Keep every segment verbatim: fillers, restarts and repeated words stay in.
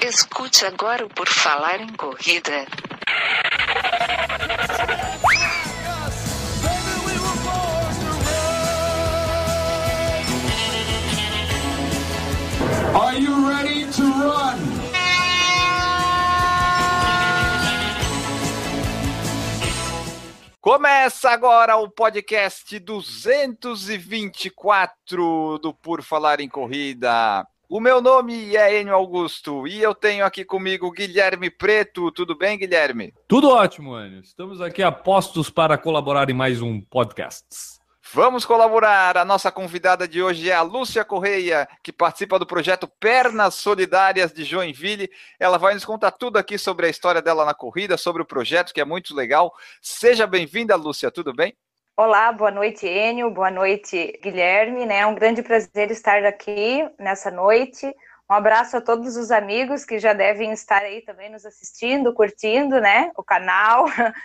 Escute agora o Por Falar em Corrida. Are you ready to run? Começa agora o podcast duzentos e vinte e quatro do Por Falar em Corrida. O meu nome é Enio Augusto e eu tenho aqui comigo Guilherme Preto. Tudo bem, Guilherme? Tudo ótimo, Enio. Estamos aqui a postos para colaborar em mais um podcast. Vamos colaborar. A nossa convidada de hoje é a Lúcia Correia, que participa do projeto Pernas Solidárias de Joinville. Ela vai nos contar tudo aqui sobre a história dela na corrida, sobre o projeto, que é muito legal. Seja bem-vinda, Lúcia. Tudo bem? Olá, boa noite, Enio, boa noite, Guilherme, né? É um grande prazer estar aqui nessa noite. Um abraço a todos os amigos que já devem estar aí também nos assistindo, curtindo, né, o canal.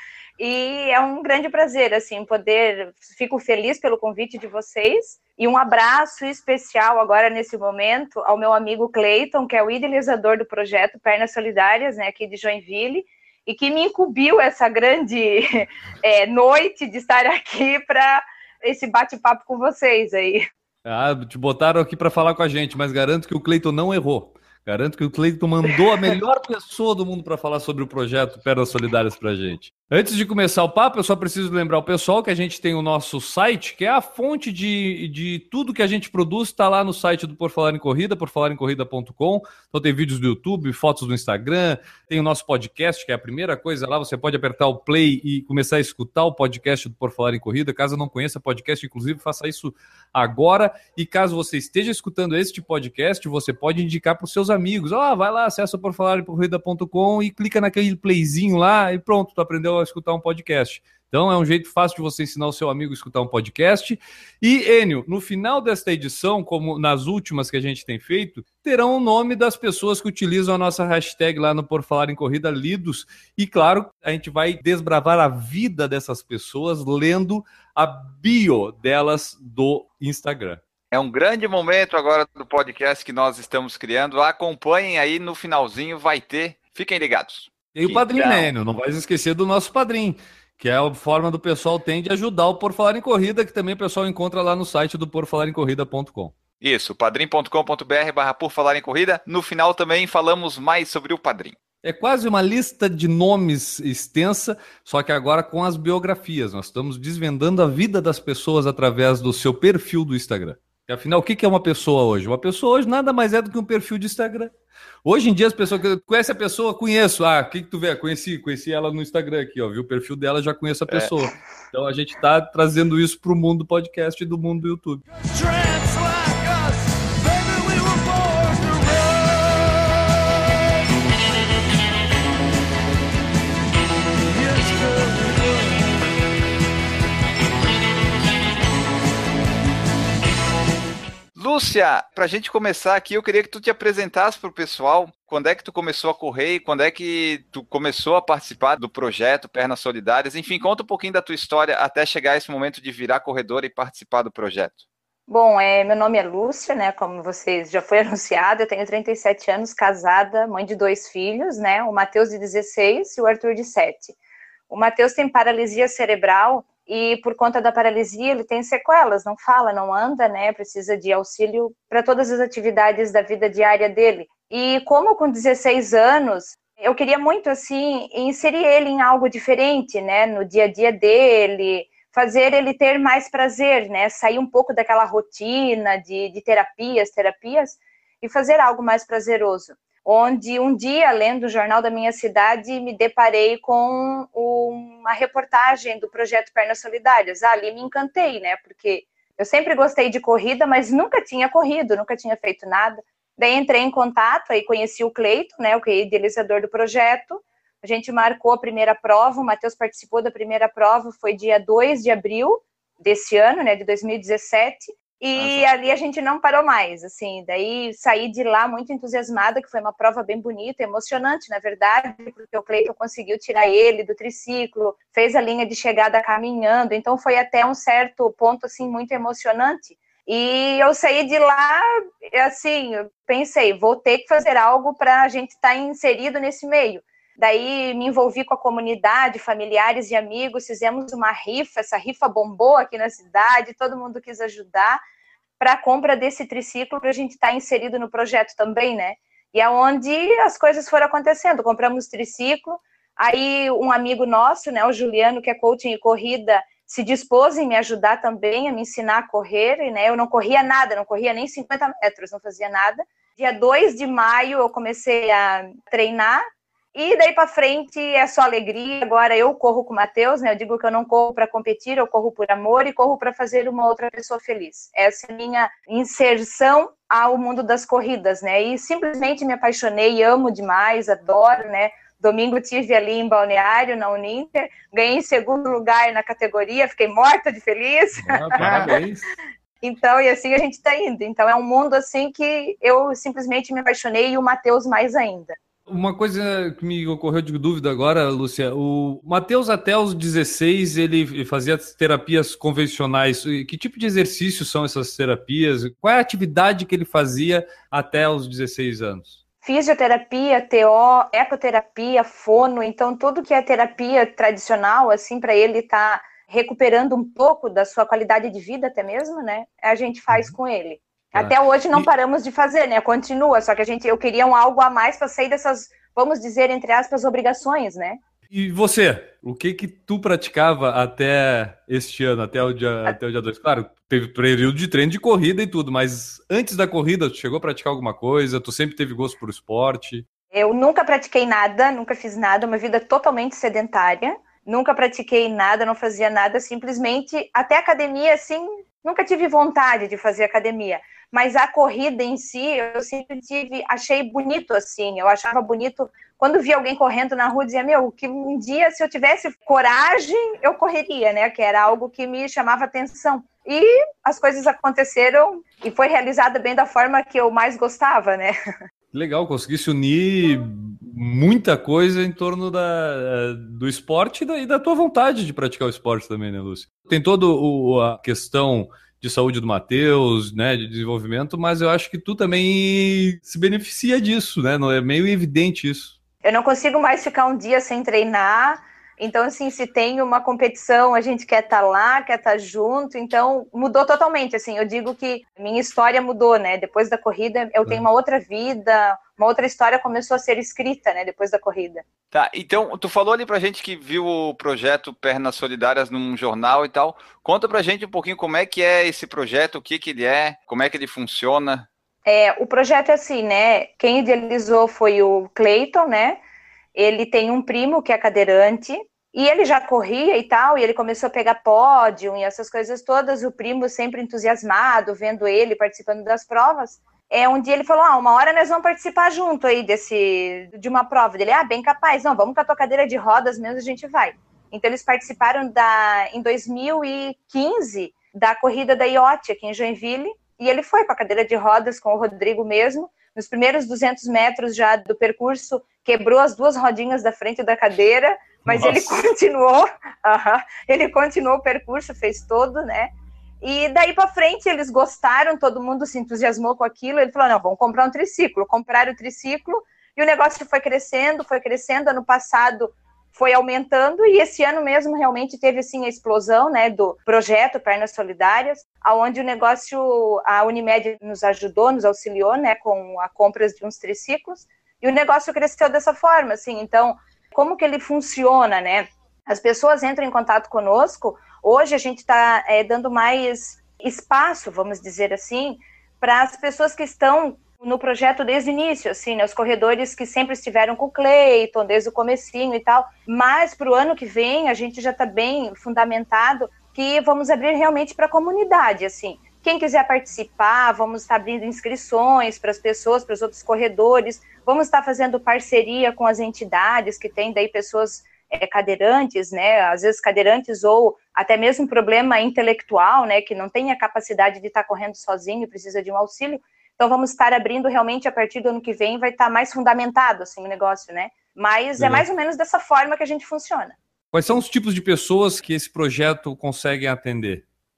E é um grande prazer, assim, poder... Fico feliz pelo convite de vocês. E um abraço especial agora, nesse momento, ao meu amigo Cleiton, que é o idealizador do projeto Pernas Solidárias, né, aqui de Joinville, e que me incumbiu essa grande é, noite de estar aqui para esse bate-papo com vocês aí. Ah, te botaram aqui para falar com a gente, mas garanto que o Cleiton não errou. Garanto que o Cleiton mandou a melhor pessoa do mundo para falar sobre o projeto Pernas Solidárias para a gente. Antes de começar o papo, eu só preciso lembrar o pessoal que a gente tem o nosso site, que é a fonte de, de tudo que a gente produz, está lá no site do Por Falar em Corrida, por falar em corrida ponto com. Então tem vídeos do YouTube, fotos do Instagram, tem o nosso podcast, que é a primeira coisa lá, você pode apertar o play e começar a escutar o podcast do Por Falar em Corrida. Caso não conheça podcast, inclusive, faça isso agora. E caso você esteja escutando este podcast, você pode indicar para os seus amigos. Ó, oh, vai lá, acessa o por falar em corrida ponto com e clica naquele playzinho lá e pronto, tu aprendeu a escutar um podcast. Então é um jeito fácil de você ensinar o seu amigo a escutar um podcast. E, Enio, no final desta edição, como nas últimas que a gente tem feito, terão o nome das pessoas que utilizam a nossa hashtag lá no Por Falar em Corrida lidos. E, claro, a gente vai desbravar a vida dessas pessoas lendo a bio delas do Instagram. É um grande momento agora do podcast que nós estamos criando. Acompanhem aí, no finalzinho vai ter. Fiquem ligados. E o padrinho, né, Enio? Não vai esquecer do nosso padrinho, que é a forma do pessoal tem de ajudar o Por Falar em Corrida, que também o pessoal encontra lá no site do por falar em corrida ponto com. Isso, padrim ponto com ponto br barra Por Falar em Corrida. No final também falamos mais sobre o padrinho. É quase uma lista de nomes extensa, só que agora com as biografias. Nós estamos desvendando a vida das pessoas através do seu perfil do Instagram. E, afinal, o que é uma pessoa hoje? Uma pessoa hoje nada mais é do que um perfil de Instagram. Hoje em dia, as pessoas que conhecem a pessoa, conheço. Ah, o que, que tu vê? Conheci, conheci ela no Instagram aqui, ó. Viu o perfil dela, já conheço a pessoa. É. Então a gente está trazendo isso para o mundo do podcast e do mundo do YouTube. Lúcia, para a gente começar aqui, eu queria que tu te apresentasse para o pessoal. Quando é que tu começou a correr e quando é que tu começou a participar do projeto Pernas Solidárias? Enfim, conta um pouquinho da tua história até chegar a esse momento de virar corredora e participar do projeto. Bom, é, meu nome é Lúcia, né? Como vocês já foi anunciado, eu tenho trinta e sete anos, casada, mãe de dois filhos, né? O Matheus de dezesseis e o Arthur de sete. O Matheus tem paralisia cerebral. E por conta da paralisia ele tem sequelas, não fala, não anda, né, precisa de auxílio para todas as atividades da vida diária dele. E como com dezesseis anos, eu queria muito, assim, inserir ele em algo diferente, né, no dia a dia dele, fazer ele ter mais prazer, né, sair um pouco daquela rotina de, de terapias, terapias, e fazer algo mais prazeroso. Onde um dia, lendo o jornal da minha cidade, me deparei com uma reportagem do projeto Pernas Solidárias. Ah, ali me encantei, né? Porque eu sempre gostei de corrida, mas nunca tinha corrido, nunca tinha feito nada. Daí entrei em contato, aí conheci o Cleiton, né, o que é idealizador do projeto. A gente marcou a primeira prova, o Matheus participou da primeira prova, foi dia dois de abril desse ano, né, de dois mil e dezessete. E Nossa. Ali a gente não parou mais, assim, daí saí de lá muito entusiasmada, que foi uma prova bem bonita, emocionante, na verdade, porque o Cleiton conseguiu tirar ele do triciclo, fez a linha de chegada caminhando, então foi até um certo ponto, assim, muito emocionante. E eu saí de lá, assim, eu pensei, vou ter que fazer algo para a gente estar inserido nesse meio. Daí me envolvi com a comunidade, familiares e amigos, fizemos uma rifa, essa rifa bombou aqui na cidade, todo mundo quis ajudar para a compra desse triciclo, para a gente estar inserido no projeto também, né? E é onde as coisas foram acontecendo, compramos triciclo, aí um amigo nosso, né, o Juliano, que é coaching e corrida, se dispôs em me ajudar também, a me ensinar a correr, e, né, eu não corria nada, não corria nem cinquenta metros, não fazia nada. Dia dois de maio eu comecei a treinar, e daí para frente é só alegria. Agora eu corro com o Matheus, né, eu digo que eu não corro para competir, eu corro por amor e corro para fazer uma outra pessoa feliz. Essa é a minha inserção ao mundo das corridas, né, e simplesmente me apaixonei, amo demais, adoro, né. Domingo tive ali em Balneário, na Uninter, ganhei em segundo lugar na categoria, fiquei morta de feliz. Ah, parabéns. Então, e assim a gente está indo. Então, é um mundo assim que eu simplesmente me apaixonei e o Matheus mais ainda. Uma coisa que me ocorreu de dúvida agora, Lúcia, o Matheus até os dezesseis, ele fazia terapias convencionais. Que tipo de exercícios são essas terapias? Qual é a atividade que ele fazia até os dezesseis anos? Fisioterapia, T O, ecoterapia, fono, então tudo que é terapia tradicional, assim, para ele estar tá recuperando um pouco da sua qualidade de vida até mesmo, né, a gente faz com ele. Tá. Até hoje não paramos de fazer, né, continua, só que a gente, eu queria um algo a mais para sair dessas, vamos dizer, entre aspas, obrigações, né. E você, o que que tu praticava até este ano, até o dia, até o dia dois? Claro, teve período de treino de corrida e tudo, mas antes da corrida, tu chegou a praticar alguma coisa? Tu sempre teve gosto por esporte? Eu nunca pratiquei nada, nunca fiz nada, uma vida totalmente sedentária. Nunca pratiquei nada, não fazia nada, simplesmente, até academia, assim, nunca tive vontade de fazer academia. Mas a corrida em si, eu sempre tive, achei bonito, assim, eu achava bonito. Quando via alguém correndo na rua, eu dizia, meu, que um dia, se eu tivesse coragem, eu correria, né? Que era algo que me chamava atenção. E as coisas aconteceram e foi realizada bem da forma que eu mais gostava, né? Legal, conseguisse unir muita coisa em torno da, do esporte e da, e da tua vontade de praticar o esporte também, né, Lúcia? Tem toda a questão de saúde do Matheus, né, de desenvolvimento, mas eu acho que tu também se beneficia disso, né? Não é meio evidente isso. Eu não consigo mais ficar um dia sem treinar. Então, assim, se tem uma competição, a gente quer estar lá, quer estar junto. Então, mudou totalmente, assim. Eu digo que minha história mudou, né? Depois da corrida, eu tenho uma outra vida, uma outra história começou a ser escrita, né? Depois da corrida. Tá, então, tu falou ali pra gente que viu o projeto Pernas Solidárias num jornal e tal. Conta pra gente um pouquinho como é que é esse projeto, o que que ele é, como é que ele funciona. É, o projeto é assim, né? Quem idealizou foi o Cleiton, né? Ele tem um primo que é cadeirante, e ele já corria e tal, e ele começou a pegar pódio e essas coisas todas, o primo sempre entusiasmado, vendo ele participando das provas. É um dia ele falou, ah, uma hora nós vamos participar junto aí desse, de uma prova. Ele, ah, bem capaz, não, vamos com a tua cadeira de rodas mesmo, a gente vai. Então eles participaram da, em dois mil e quinze da corrida da I O T aqui em Joinville, e ele foi com a cadeira de rodas com o Rodrigo mesmo. Nos primeiros duzentos metros já do percurso, quebrou as duas rodinhas da frente da cadeira, mas Nossa. ele continuou, uh-huh, ele continuou o percurso, fez todo, né? E daí para frente eles gostaram, todo mundo se entusiasmou com aquilo, ele falou, não, vamos comprar um triciclo. Compraram o triciclo e o negócio foi crescendo, foi crescendo, ano passado foi aumentando, e esse ano mesmo realmente teve assim a explosão, né, do projeto Pernas Solidárias, aonde o negócio, a Unimed nos ajudou, nos auxiliou, né, com a compra de uns triciclos, e o negócio cresceu dessa forma, assim. Então, como que ele funciona, né? As pessoas entram em contato conosco, hoje a gente está é, dando mais espaço, vamos dizer assim, para as pessoas que estão no projeto desde o início, assim, né, os corredores que sempre estiveram com o Cleiton, desde o comecinho e tal, mas para o ano que vem a gente já está bem fundamentado que vamos abrir realmente para a comunidade, assim, quem quiser participar, vamos estar abrindo inscrições para as pessoas, para os outros corredores, vamos estar fazendo parceria com as entidades que têm daí pessoas é, cadeirantes, né, às vezes cadeirantes ou até mesmo problema intelectual, né, que não tem a capacidade de estar correndo sozinho e precisa de um auxílio. Então, vamos estar abrindo realmente a partir do ano que vem, vai estar mais fundamentado, assim, o negócio, né? Mas Legal. É mais ou menos dessa forma que a gente funciona. Quais são os tipos de pessoas que esse projeto consegue atender?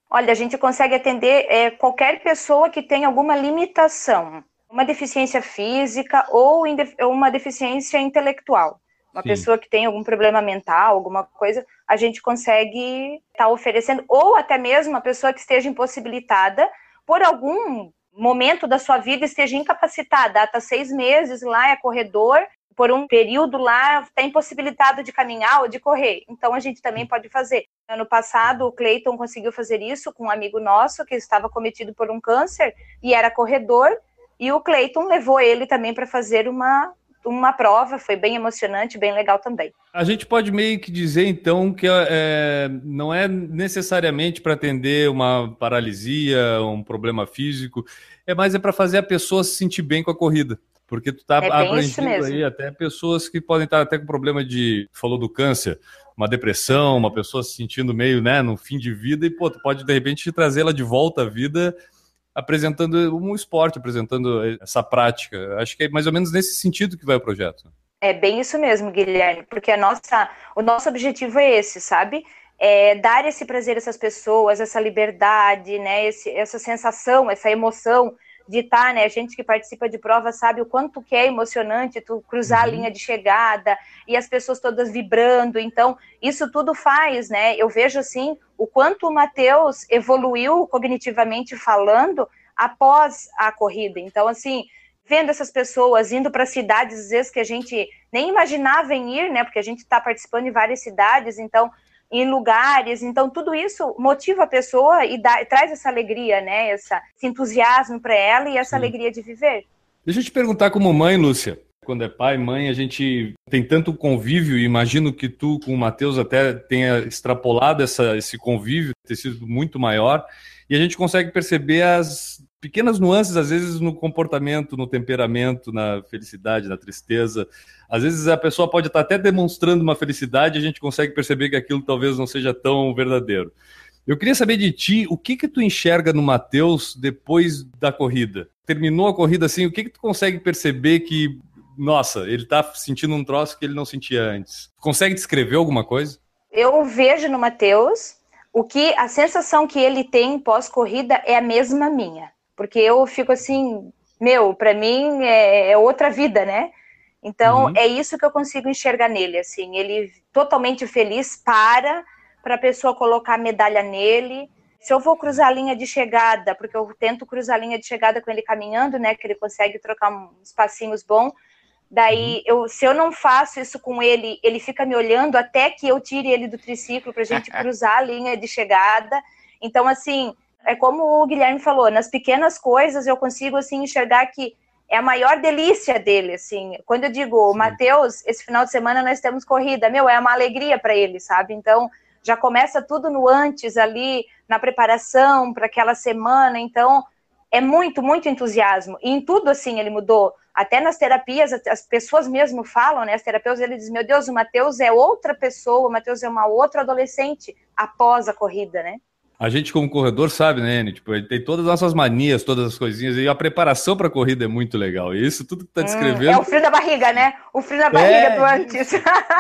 Olha, a gente consegue atender é, qualquer pessoa que tenha alguma limitação, uma deficiência física ou uma deficiência intelectual. Uma Sim. pessoa que tem algum problema mental, alguma coisa, a gente consegue estar tá oferecendo, ou até mesmo uma pessoa que esteja impossibilitada por algum momento da sua vida, esteja incapacitada, está seis meses lá, é corredor, por um período lá, está impossibilitado de caminhar ou de correr. Então, a gente também pode fazer. Ano passado, o Cleiton conseguiu fazer isso com um amigo nosso que estava cometido por um câncer e era corredor, e o Cleiton levou ele também para fazer uma, uma prova, foi bem emocionante, bem legal também. A gente pode meio que dizer, então, que é, não é necessariamente para atender uma paralisia, um problema físico, é mais é para fazer a pessoa se sentir bem com a corrida. Porque tu está é abrangindo aí até pessoas que podem estar até com problema de, falou do câncer, uma depressão, uma pessoa se sentindo meio, né, no fim de vida, e pô, tu pode de repente trazê-la de volta à vida apresentando um esporte, apresentando essa prática. Acho que é mais ou menos nesse sentido que vai o projeto. É bem isso mesmo, Guilherme, porque a nossa, o nosso objetivo é esse, sabe? É dar esse prazer a essas pessoas, essa liberdade, né, esse, essa sensação, essa emoção de estar, né, a gente que participa de prova sabe o quanto que é emocionante tu cruzar uhum. a linha de chegada e as pessoas todas vibrando, então isso tudo faz, né, eu vejo assim, o quanto o Matheus evoluiu cognitivamente falando após a corrida, então assim, vendo essas pessoas indo para cidades, às vezes que a gente nem imaginava em ir, né, porque a gente está participando em várias cidades, então em lugares, então tudo isso motiva a pessoa e dá, traz essa alegria, né, essa, esse entusiasmo para ela e essa Sim. alegria de viver. Deixa eu te perguntar como mãe, Lúcia, quando é pai, mãe, a gente tem tanto convívio, e imagino que tu com o Matheus até tenha extrapolado essa, esse convívio, ter sido muito maior, e a gente consegue perceber as pequenas nuances, às vezes no comportamento, no temperamento, na felicidade, na tristeza. Às vezes a pessoa pode estar até demonstrando uma felicidade e a gente consegue perceber que aquilo talvez não seja tão verdadeiro. Eu queria saber de ti, o que que tu enxerga no Matheus depois da corrida? Terminou a corrida assim, o que que tu consegue perceber que, nossa, ele está sentindo um troço que ele não sentia antes? Consegue descrever alguma coisa? Eu vejo no Matheus o que a sensação que ele tem pós-corrida é a mesma minha. Porque eu fico assim, meu, para mim é, é outra vida, né? Então, uhum. é isso que eu consigo enxergar nele, assim, ele totalmente feliz para, para a pessoa colocar a medalha nele. Se eu vou cruzar a linha de chegada, porque eu tento cruzar a linha de chegada com ele caminhando, né, que ele consegue trocar uns passinhos bons, daí, uhum. eu, se eu não faço isso com ele, ele fica me olhando até que eu tire ele do triciclo pra gente cruzar a linha de chegada. Então, assim, é como o Guilherme falou, nas pequenas coisas eu consigo, assim, enxergar que é a maior delícia dele, assim. Quando eu digo, Matheus, esse final de semana nós temos corrida, meu, é uma alegria para ele, sabe? Então, já começa tudo no antes ali, na preparação para aquela semana, então é muito, muito entusiasmo. E em tudo, assim, ele mudou. Até nas terapias, as pessoas mesmo falam, né? As terapeutas, eles dizem, meu Deus, o Matheus é outra pessoa, o Matheus é uma outra adolescente após a corrida, né? A gente, como corredor, sabe, né, Anny? Tipo, ele tem todas as nossas manias, todas as coisinhas, e a preparação para a corrida é muito legal. E isso tudo que tá descrevendo... Hum, é o frio da barriga, né? O frio da barriga é, do antes.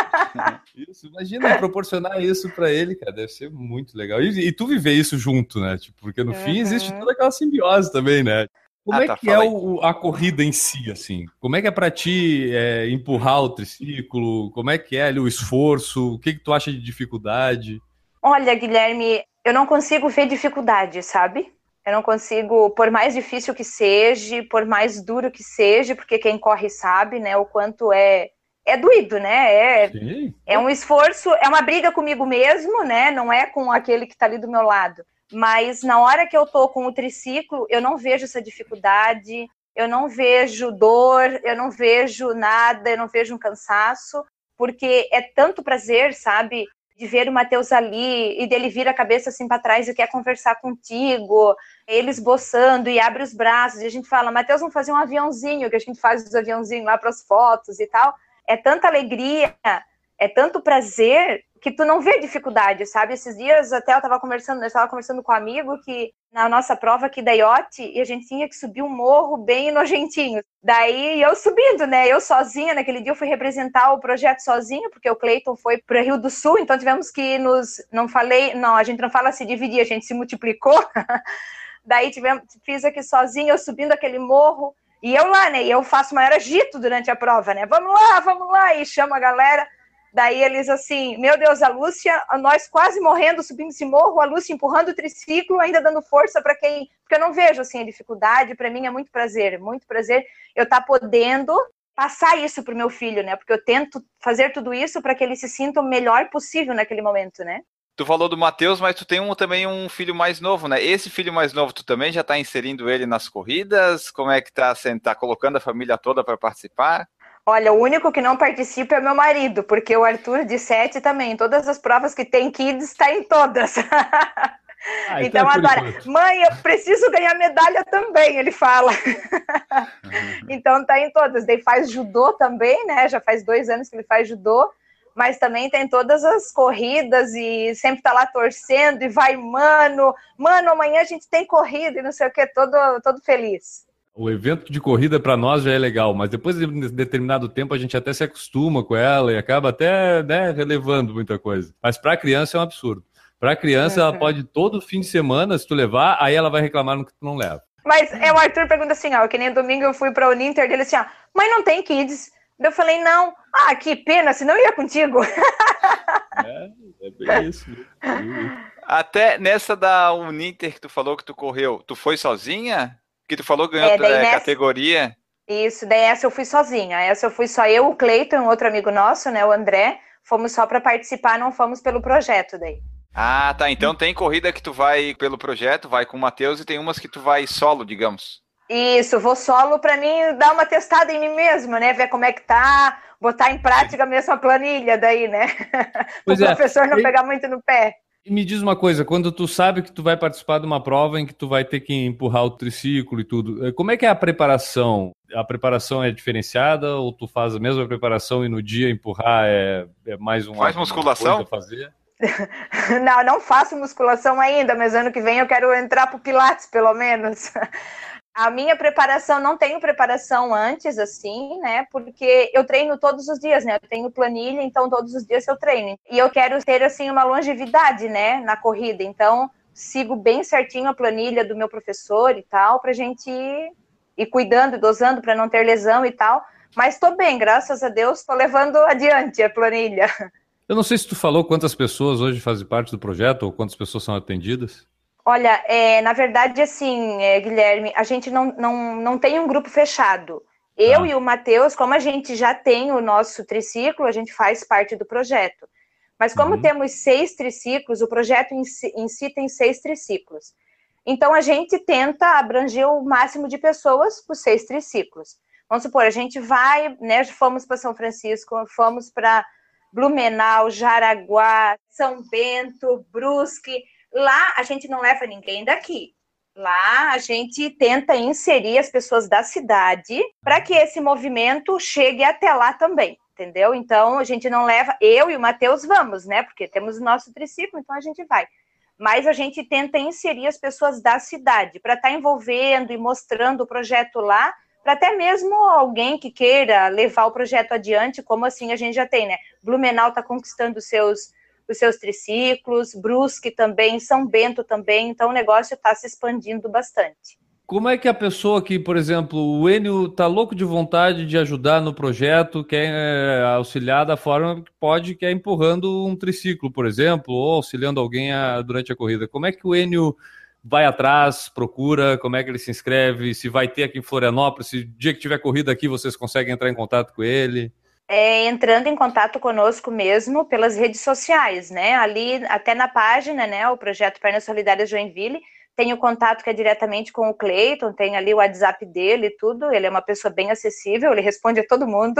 Isso, imagina proporcionar isso para ele, cara, deve ser muito legal. E, e tu viver isso junto, né? Tipo, porque no uhum. fim existe toda aquela simbiose também, né? Como ah, é tá, que é o, a corrida em si, assim? Como é que é para ti é, empurrar o triciclo? Como é que é ali o esforço? O que, que tu acha de dificuldade? Olha, Guilherme, eu não consigo ver dificuldade, sabe? Eu não consigo, por mais difícil que seja, por mais duro que seja, porque quem corre sabe, né, o quanto é, é doído, né? É, é um esforço, é uma briga comigo mesmo, né? Não é com aquele que tá ali do meu lado. Mas na hora que eu tô com o triciclo, eu não vejo essa dificuldade, eu não vejo dor, eu não vejo nada, eu não vejo um cansaço, porque é tanto prazer, sabe? De ver o Matheus ali e dele vir a cabeça assim para trás e quer conversar contigo, ele esboçando e abre os braços e a gente fala, Matheus, vamos fazer um aviãozinho, que a gente faz os aviãozinhos lá para as fotos e tal. É tanta alegria, é tanto prazer que tu não vê dificuldade, sabe? Esses dias até eu estava conversando, eu estava conversando com um amigo que na nossa prova aqui da I O T, e a gente tinha que subir um morro bem nojentinho. Daí eu subindo, né, eu sozinha, naquele dia eu fui representar o projeto sozinha, porque o Cleiton foi para Rio do Sul, então tivemos que nos, não falei, não, a gente não fala se dividir, a gente se multiplicou. Daí tivemos, fiz aqui sozinha, eu subindo aquele morro, e eu lá, né, e eu faço maior agito durante a prova, né, vamos lá, vamos lá, e chamo a galera. Daí eles assim, meu Deus, a Lúcia, nós quase morrendo, subindo esse morro, a Lúcia empurrando o triciclo, ainda dando força para quem... Porque eu não vejo, assim, a dificuldade, para mim é muito prazer, muito prazer eu estar tá podendo passar isso para o meu filho, né? Porque eu tento fazer tudo isso para que ele se sinta o melhor possível naquele momento, né? Tu falou do Matheus, mas tu tem um, também um filho mais novo, né? Esse filho mais novo, tu também já está inserindo ele nas corridas? Como é que tá, tá colocando a família toda para participar? Olha, o único que não participa é meu marido, porque o Arthur, de sete, também. Todas as provas que tem Kids, está em todas. Ah, então, então é agora, mãe, eu preciso ganhar medalha também, ele fala. Uhum. Então tá em todas. Daí faz judô também, né? Já faz dois anos que ele faz judô, mas também tem todas as corridas e sempre tá lá torcendo e vai, mano, mano, amanhã a gente tem corrida e não sei o que, todo, todo feliz. O evento de corrida para nós já é legal, mas depois de determinado tempo a gente até se acostuma com ela e acaba até, né, relevando muita coisa. Mas para a criança é um absurdo. Para a criança, uhum. ela pode todo fim de semana, se tu levar, aí ela vai reclamar no que tu não leva. Mas é, o Arthur pergunta assim, ó, que nem domingo eu fui para o Uninter dele assim, ó, mãe, não tem Kids? Eu falei, não. Ah, que pena, senão eu ia contigo. É, é bem isso. Até nessa da Uninter que tu falou que tu correu, tu foi sozinha? Que tu falou ganhou é, nessa... categoria? Isso, daí essa eu fui sozinha. Essa eu fui só eu, o Cleiton e um outro amigo nosso, né, o André. Fomos só para participar, não fomos pelo projeto daí. Ah, tá. Então tem corrida que tu vai pelo projeto, vai com o Matheus, e tem umas que tu vai solo, digamos. Isso, vou solo para mim dar uma testada em mim mesma, né? Ver como é que tá, botar em prática mesmo a planilha daí, né? O é. professor não e... pegar muito no pé. E me diz uma coisa, quando tu sabe que tu vai participar de uma prova em que tu vai ter que empurrar o triciclo e tudo, como é que é a preparação? A preparação é diferenciada ou tu faz a mesma preparação e no dia empurrar é, é mais uma, Faz musculação? Uma coisa a fazer? Não, não faço musculação ainda, mas ano que vem eu quero entrar pro Pilates, pelo menos. A minha preparação, não tenho preparação antes, assim, né, porque eu treino todos os dias, né, eu tenho planilha, então todos os dias eu treino. E eu quero ter, assim, uma longevidade, né, na corrida, então sigo bem certinho a planilha do meu professor e tal, pra gente ir, ir cuidando, dosando para não ter lesão e tal, mas tô bem, graças a Deus, tô levando adiante a planilha. Eu não sei se tu falou quantas pessoas hoje fazem parte do projeto ou quantas pessoas são atendidas. Olha, é, na verdade, assim, é, Guilherme, a gente não, não, não tem um grupo fechado. Eu ah. e o Matheus, como a gente já tem o nosso triciclo, a gente faz parte do projeto. Mas como uhum. temos seis triciclos, o projeto em si, em si tem seis triciclos. Então, a gente tenta abranger o máximo de pessoas por seis triciclos. Vamos supor, a gente vai, né, fomos para São Francisco, fomos para Blumenau, Jaraguá, São Bento, Brusque. Lá a gente não leva ninguém daqui. Lá a gente tenta inserir as pessoas da cidade para que esse movimento chegue até lá também, entendeu? Então a gente não leva, eu e o Matheus vamos, né? Porque temos o nosso triciclo, então a gente vai. Mas a gente tenta inserir as pessoas da cidade para estar tá envolvendo e mostrando o projeto lá, para até mesmo alguém que queira levar o projeto adiante, como assim a gente já tem, né? Blumenau está conquistando os seus os seus triciclos, Brusque também, São Bento também, então o negócio está se expandindo bastante. Como é que a pessoa que, por exemplo, o Enio está louco de vontade de ajudar no projeto, quer é, auxiliar da forma que pode, quer empurrando um triciclo, por exemplo, ou auxiliando alguém a, durante a corrida, como é que o Enio vai atrás, procura, como é que ele se inscreve, se vai ter aqui em Florianópolis, se o dia que tiver corrida aqui vocês conseguem entrar em contato com ele? É, entrando em contato conosco mesmo pelas redes sociais, né? Ali, até na página, né? O Projeto Pernas Solidárias Joinville, tem o contato que é diretamente com o Cleiton, tem ali o WhatsApp dele e tudo, ele é uma pessoa bem acessível, ele responde a todo mundo.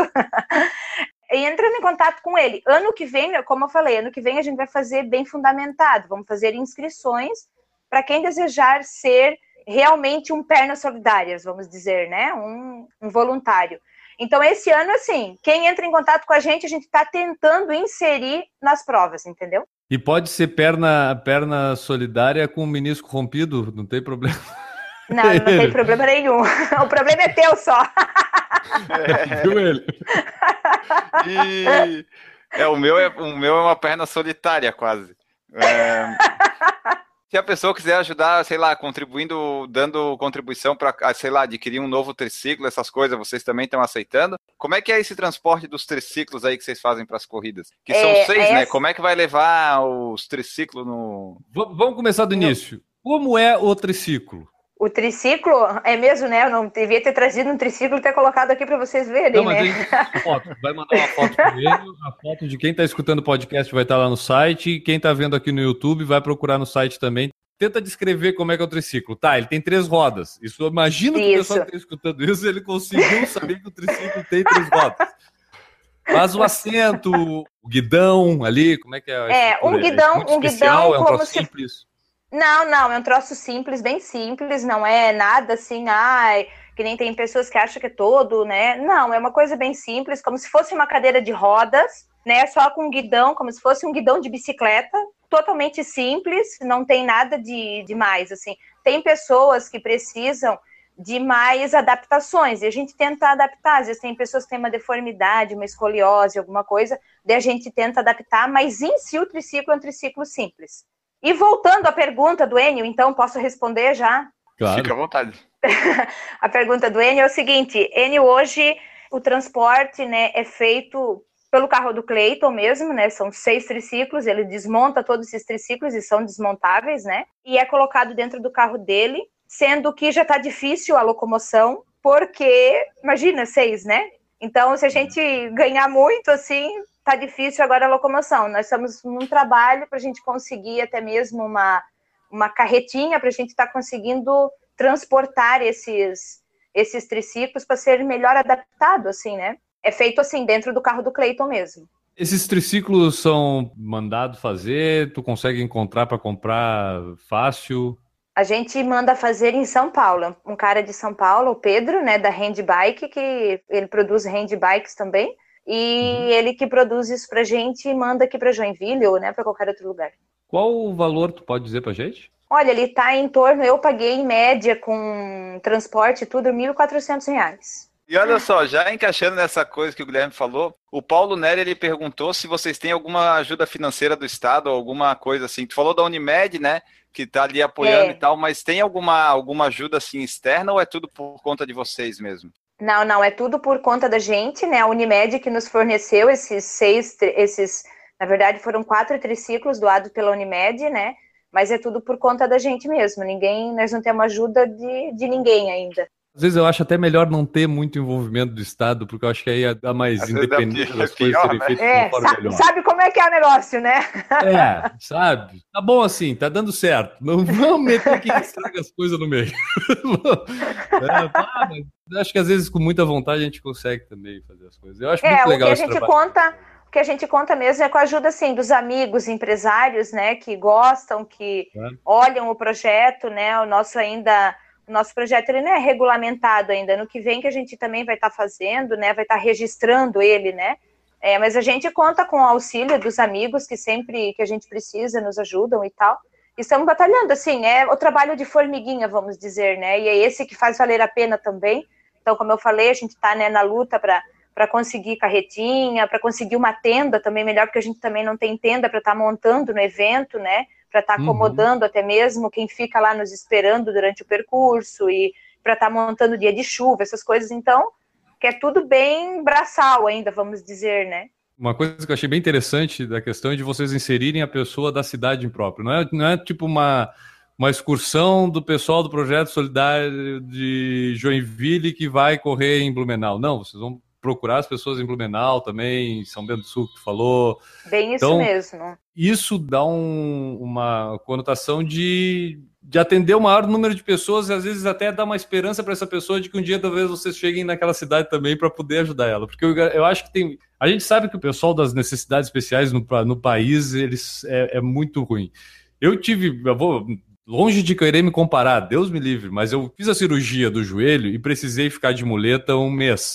E entrando em contato com ele. Ano que vem, como eu falei, ano que vem a gente vai fazer bem fundamentado, vamos fazer inscrições para quem desejar ser realmente um Pernas Solidárias, vamos dizer, né? Um, um voluntário. Então, esse ano, assim, quem entra em contato com a gente, a gente está tentando inserir nas provas, entendeu? E pode ser perna, perna solidária com o menisco rompido, não tem problema. Não, não tem problema nenhum. O problema é teu só. É, Viu ele? e, é, o, meu é, o meu é uma perna solitária, quase. É, se a pessoa quiser ajudar, sei lá, contribuindo, dando contribuição para, sei lá, adquirir um novo triciclo, essas coisas, vocês também estão aceitando? Como é que é esse transporte dos triciclos aí que vocês fazem para as corridas? Que são É, seis, é né? essa- Como é que vai levar os triciclos no... V- vamos começar do início. Como é o triciclo? O triciclo, é mesmo, né? Eu não devia ter trazido um triciclo e ter colocado aqui para vocês verem, Não, mas né? a gente foto. Vai mandar uma foto pro ele, a foto de quem está escutando o podcast vai estar lá no site, e quem está vendo aqui no YouTube vai procurar no site também. Tenta descrever como é que é o triciclo. Tá, ele tem três rodas. Isso, imagina que o pessoal Isso. que está escutando isso, ele conseguiu saber que o triciclo tem três rodas. Faz o assento, o guidão ali, como é que é? a É, um estrutura? guidão- muito um especial, guidão é um como troço se- simples. Não, não, é um troço simples, bem simples, não é nada assim, ai, que nem tem pessoas que acham que é todo, né? Não, é uma coisa bem simples, como se fosse uma cadeira de rodas, né? Só com um guidão, como se fosse um guidão de bicicleta, totalmente simples, não tem nada de, de mais, assim. Tem pessoas que precisam de mais adaptações, e a gente tenta adaptar, às vezes tem pessoas que têm uma deformidade, uma escoliose, alguma coisa, daí a gente tenta adaptar, mas em si o triciclo é um triciclo simples. E voltando à pergunta do Enio, então, posso responder já? Claro. Fica à vontade. A pergunta do Enio é o seguinte, Enio, hoje o transporte, né, é feito pelo carro do Cleiton mesmo, né, são seis triciclos, ele desmonta todos esses triciclos e são desmontáveis, né, e é colocado dentro do carro dele, sendo que já está difícil a locomoção, porque, imagina, seis, né, então se a gente ganhar muito, assim, tá difícil agora a locomoção. Nós estamos num trabalho para a gente conseguir até mesmo uma, uma carretinha para a gente estar tá conseguindo transportar esses, esses triciclos para ser melhor adaptado, assim, né? É feito assim, dentro do carro do Cleiton mesmo. Esses triciclos são mandados fazer? Tu consegue encontrar para comprar fácil? A gente manda fazer em São Paulo. Um cara de São Paulo, o Pedro, né, da Handbike, que ele produz handbikes também. E uhum. ele que produz isso pra gente e manda aqui pra Joinville ou, né, pra qualquer outro lugar. Qual o valor tu pode dizer pra gente? Olha, ele tá em torno, eu paguei em média com transporte e tudo, mil e quatrocentos reais. E olha só, já encaixando nessa coisa que o Guilherme falou, o Paulo Neri, ele perguntou se vocês têm alguma ajuda financeira do Estado, alguma coisa assim. Tu falou da Unimed, né, que tá ali apoiando é. e tal, mas tem alguma, alguma ajuda assim externa ou é tudo por conta de vocês mesmo? Não, não, é tudo por conta da gente, né? A Unimed que nos forneceu esses seis, esses, na verdade foram quatro triciclos doados pela Unimed, né? Mas é tudo por conta da gente mesmo. Ninguém, nós não temos ajuda de, de ninguém ainda. Às vezes eu acho até melhor não ter muito envolvimento do Estado, porque eu acho que aí dá mais Às independência é das pior, coisas serem né? feitas É, de uma forma sabe, melhor. sabe como é que é o negócio, né? É, sabe? Tá bom assim, tá dando certo. Não vamos meter quem estraga as coisas no meio. é, tá, mas acho que às vezes com muita vontade a gente consegue também fazer as coisas. Eu acho É, muito o legal que a esse gente trabalho. conta, o que a gente conta mesmo é com a ajuda, assim, dos amigos, empresários, né, que gostam, que É. olham o projeto, né, o nosso ainda... O nosso projeto ele não é regulamentado ainda. No que vem que a gente também vai estar tá fazendo, né? Vai estar tá registrando ele, né? É, mas a gente conta com o auxílio dos amigos que sempre que a gente precisa nos ajudam e tal. E estamos batalhando, assim, é o trabalho de formiguinha, vamos dizer, né? E é esse que faz valer a pena também. Então, como eu falei, a gente está, né, na luta para para conseguir carretinha, para conseguir uma tenda também melhor, porque a gente também não tem tenda para estar tá montando no evento, né? Para estar tá acomodando uhum. até mesmo quem fica lá nos esperando durante o percurso e para estar tá montando dia de chuva, essas coisas. Então, que é tudo bem braçal ainda, vamos dizer, né? Uma coisa que eu achei bem interessante da questão é de vocês inserirem a pessoa da cidade própria. Não é, não é tipo uma, uma excursão do pessoal do Projeto Solidário de Joinville que vai correr em Blumenau. Não, vocês vão procurar as pessoas em Blumenau também, em São Bento do Sul, que tu falou. Bem isso então, mesmo. Isso dá um, uma conotação de, de atender o maior número de pessoas e às vezes até dá uma esperança para essa pessoa de que um dia talvez vocês cheguem naquela cidade também para poder ajudar ela. Porque eu, eu acho que tem... A gente sabe que o pessoal das necessidades especiais no, no país eles, é, é muito ruim. Eu tive... Eu vou... Longe de querer me comparar, Deus me livre, mas eu fiz a cirurgia do joelho e precisei ficar de muleta um mês.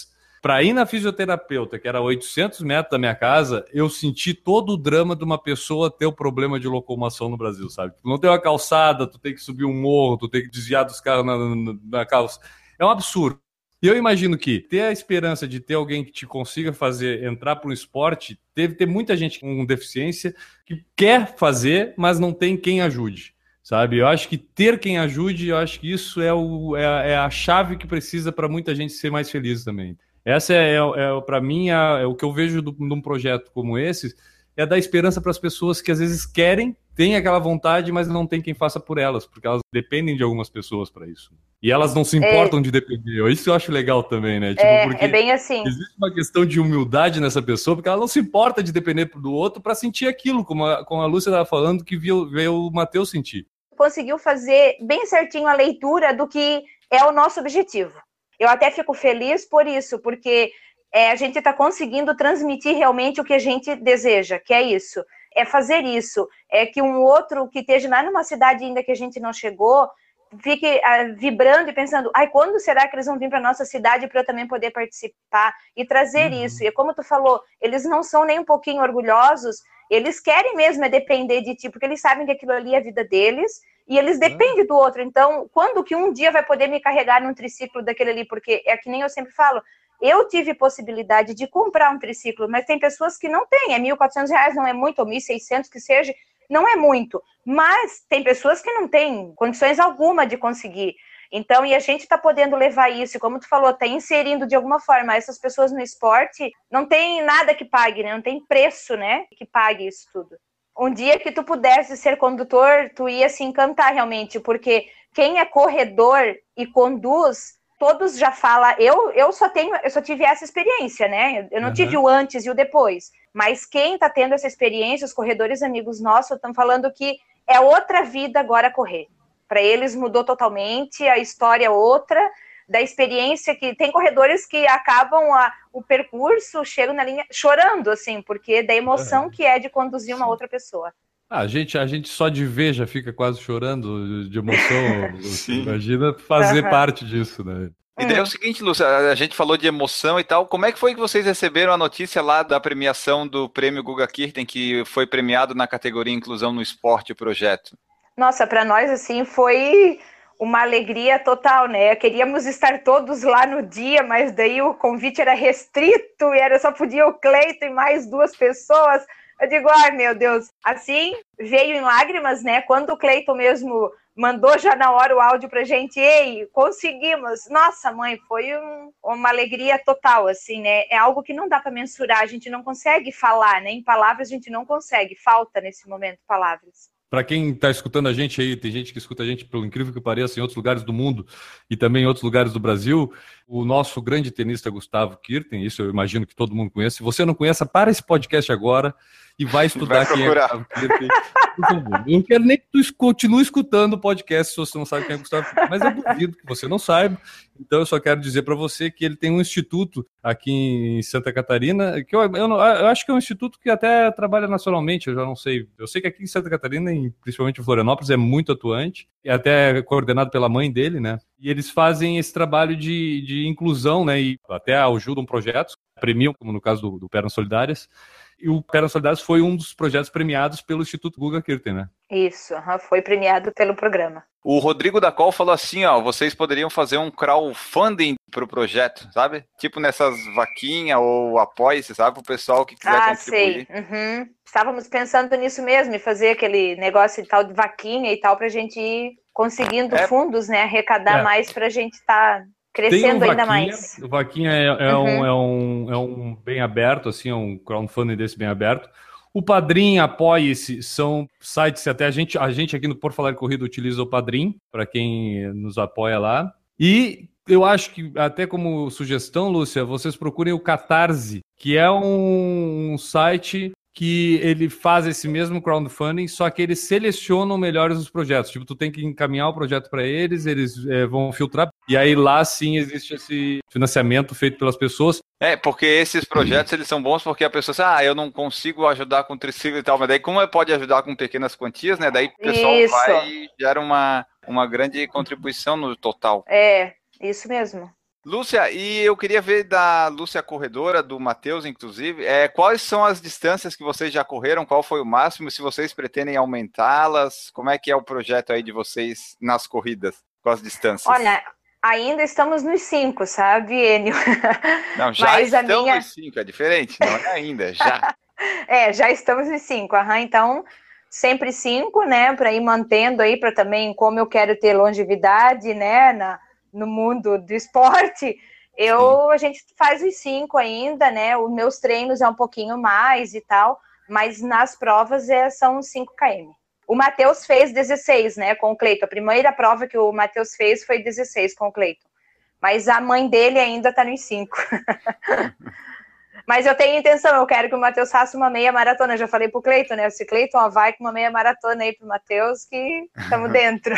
Para ir na fisioterapeuta, que era oitocentos metros da minha casa, eu senti todo o drama de uma pessoa ter o problema de locomoção no Brasil, sabe? Tu não tem uma calçada, tu tem que subir um morro, tu tem que desviar dos carros na, na, na calça. É um absurdo. E eu imagino que ter a esperança de ter alguém que te consiga fazer entrar para um esporte, deve ter muita gente com deficiência que quer fazer, mas não tem quem ajude, sabe? Eu acho que ter quem ajude, eu acho que isso é, o, é, a, é a chave que precisa para muita gente ser mais feliz também. Essa é, é, é para mim, é, é o que eu vejo de um projeto como esse, é dar esperança para as pessoas que às vezes querem, têm aquela vontade, mas não tem quem faça por elas, porque elas dependem de algumas pessoas para isso. E elas não se importam é, de depender. Isso eu acho legal também, né? Tipo, é, porque é bem assim. Existe uma questão de humildade nessa pessoa, porque ela não se importa de depender do outro para sentir aquilo, como a, como a Lúcia estava falando, que viu, veio o Matheus sentir. Conseguiu fazer bem certinho a leitura do que é o nosso objetivo. Eu até fico feliz por isso, porque é, a gente está conseguindo transmitir realmente o que a gente deseja, que é isso. É fazer isso. É que um outro que esteja lá numa cidade ainda que a gente não chegou, fique uh, vibrando e pensando, ai, quando será que eles vão vir para a nossa cidade para eu também poder participar e trazer uhum. isso? E como tu falou, eles não são nem um pouquinho orgulhosos, eles querem mesmo é depender de ti, porque eles sabem que aquilo ali é a vida deles e eles dependem do outro. Então, quando que um dia vai poder me carregar num triciclo daquele ali? Porque é que nem eu sempre falo, eu tive possibilidade de comprar um triciclo, mas tem pessoas que não têm, é mil e quatrocentos reais, não é muito, ou mil e seiscentos que seja, não é muito, mas tem pessoas que não têm condições alguma de conseguir. Então, e a gente está podendo levar isso, e como tu falou, está inserindo de alguma forma essas pessoas no esporte, não tem nada que pague, né? Não tem preço, né, que pague isso tudo. Um dia que tu pudesse ser condutor, tu ia se encantar realmente, porque quem é corredor e conduz, todos já falam, eu, eu só tenho, eu só tive essa experiência, né? Eu não uhum. tive o antes e o depois. Mas quem está tendo essa experiência, os corredores amigos nossos, estão falando que é outra vida agora correr. Para eles mudou totalmente, a história é outra, da experiência que tem corredores que acabam a, o percurso, chegam na linha chorando, assim, porque da emoção uhum. que é de conduzir uma outra pessoa. Ah, a gente, a gente só de ver já fica quase chorando de emoção. Imagina fazer uhum. parte disso, né? E daí é o seguinte, Lúcia, a gente falou de emoção e tal, como é que foi que vocês receberam a notícia lá da premiação do Prêmio Guga Kirten, que foi premiado na categoria Inclusão no Esporte, o projeto? Nossa, para nós, assim, foi uma alegria total, né? Queríamos estar todos lá no dia, mas daí o convite era restrito e era, só podia o Cleiton e mais duas pessoas. Eu digo, ai, meu Deus. Assim, veio em lágrimas, né? Quando o Cleiton mesmo mandou já na hora o áudio pra gente, ei, conseguimos. Nossa, mãe, foi um, uma alegria total, assim, né? É algo que não dá para mensurar, a gente não consegue falar, né? Em palavras a gente não consegue, falta nesse momento palavras. Para quem está escutando a gente aí, tem gente que escuta a gente, pelo incrível que pareça, em outros lugares do mundo e também em outros lugares do Brasil, o nosso grande tenista Gustavo Kirten, isso eu imagino que todo mundo conhece. Se você não conhece, para esse podcast agora e vai estudar vai quem é Gustavo Kirten. Por favor. Eu não quero nem que tu continue escutando o podcast se você não sabe quem é Gustavo Kirten, mas eu duvido que você não saiba. Então eu só quero dizer para você que ele tem um instituto aqui em Santa Catarina, que eu, eu, não, eu acho que é um instituto que até trabalha nacionalmente, eu já não sei. Eu sei que aqui em Santa Catarina, e principalmente em Florianópolis, é muito atuante, é até coordenado pela mãe dele, né? E eles fazem esse trabalho de, de inclusão, né? E até ajudam projetos, premiam, como no caso do, do Pernas Solidárias. E o Pernas Solidárias foi um dos projetos premiados pelo Instituto Guga Kirten, né? Isso, foi premiado pelo programa. O Rodrigo da Col falou assim, ó, vocês poderiam fazer um crowdfunding pro projeto, sabe? Tipo nessas vaquinhas ou apoia-se, sabe? Pro pessoal que quiser ah, contribuir. Ah, sei. Uhum. Estávamos pensando nisso mesmo, em fazer aquele negócio de tal de vaquinha e tal, pra gente ir conseguindo é. fundos, né? Arrecadar é. mais pra gente estar... Tá crescendo um ainda vaquinha, mais. O Vaquinha é, é, uhum. um, é, um, é um bem aberto, assim, é um crowdfunding desse bem aberto. O Padrim, Apoie-se, são sites, até a gente, a gente aqui no Por Falar em Corrida utiliza o Padrim, para quem nos apoia lá. E eu acho que, até como sugestão, Lúcia, vocês procurem o Catarse, que é um, um site que ele faz esse mesmo crowdfunding, só que eles selecionam melhores os projetos. Tipo, tu tem que encaminhar o projeto para eles, eles é, vão filtrar, e aí lá sim existe esse financiamento feito pelas pessoas. É, porque esses projetos, eles são bons porque a pessoa diz, ah, eu não consigo ajudar com triciclo e tal, mas daí como pode ajudar com pequenas quantias, né? Daí o pessoal isso. vai e gera uma, uma grande contribuição no total. É, isso mesmo. Lúcia, e eu queria ver da Lúcia corredora, do Matheus, inclusive, é, quais são as distâncias que vocês já correram, qual foi o máximo, se vocês pretendem aumentá-las, como é que é o projeto aí de vocês nas corridas, com as distâncias? Olha, ainda estamos nos cinco, sabe, Enio? Não, já Mas estamos a minha... nos cinco, é diferente, não é ainda, já. É, já estamos nos cinco, aham, então sempre cinco, né, para ir mantendo aí, para também, como eu quero ter longevidade, né, na... no mundo do esporte, eu, a gente faz os cinco ainda, né, os meus treinos é um pouquinho mais e tal, mas nas provas é, são cinco quilômetros. O Matheus fez dezesseis, né, com o Cleiton, a primeira prova que o Matheus fez foi dezesseis com o Cleiton, mas a mãe dele ainda tá nos cinco. Mas eu tenho intenção, eu quero que o Matheus faça uma meia maratona, eu já falei pro Cleiton, né, se Cleiton, ó, vai com uma meia maratona aí pro Matheus, que estamos dentro.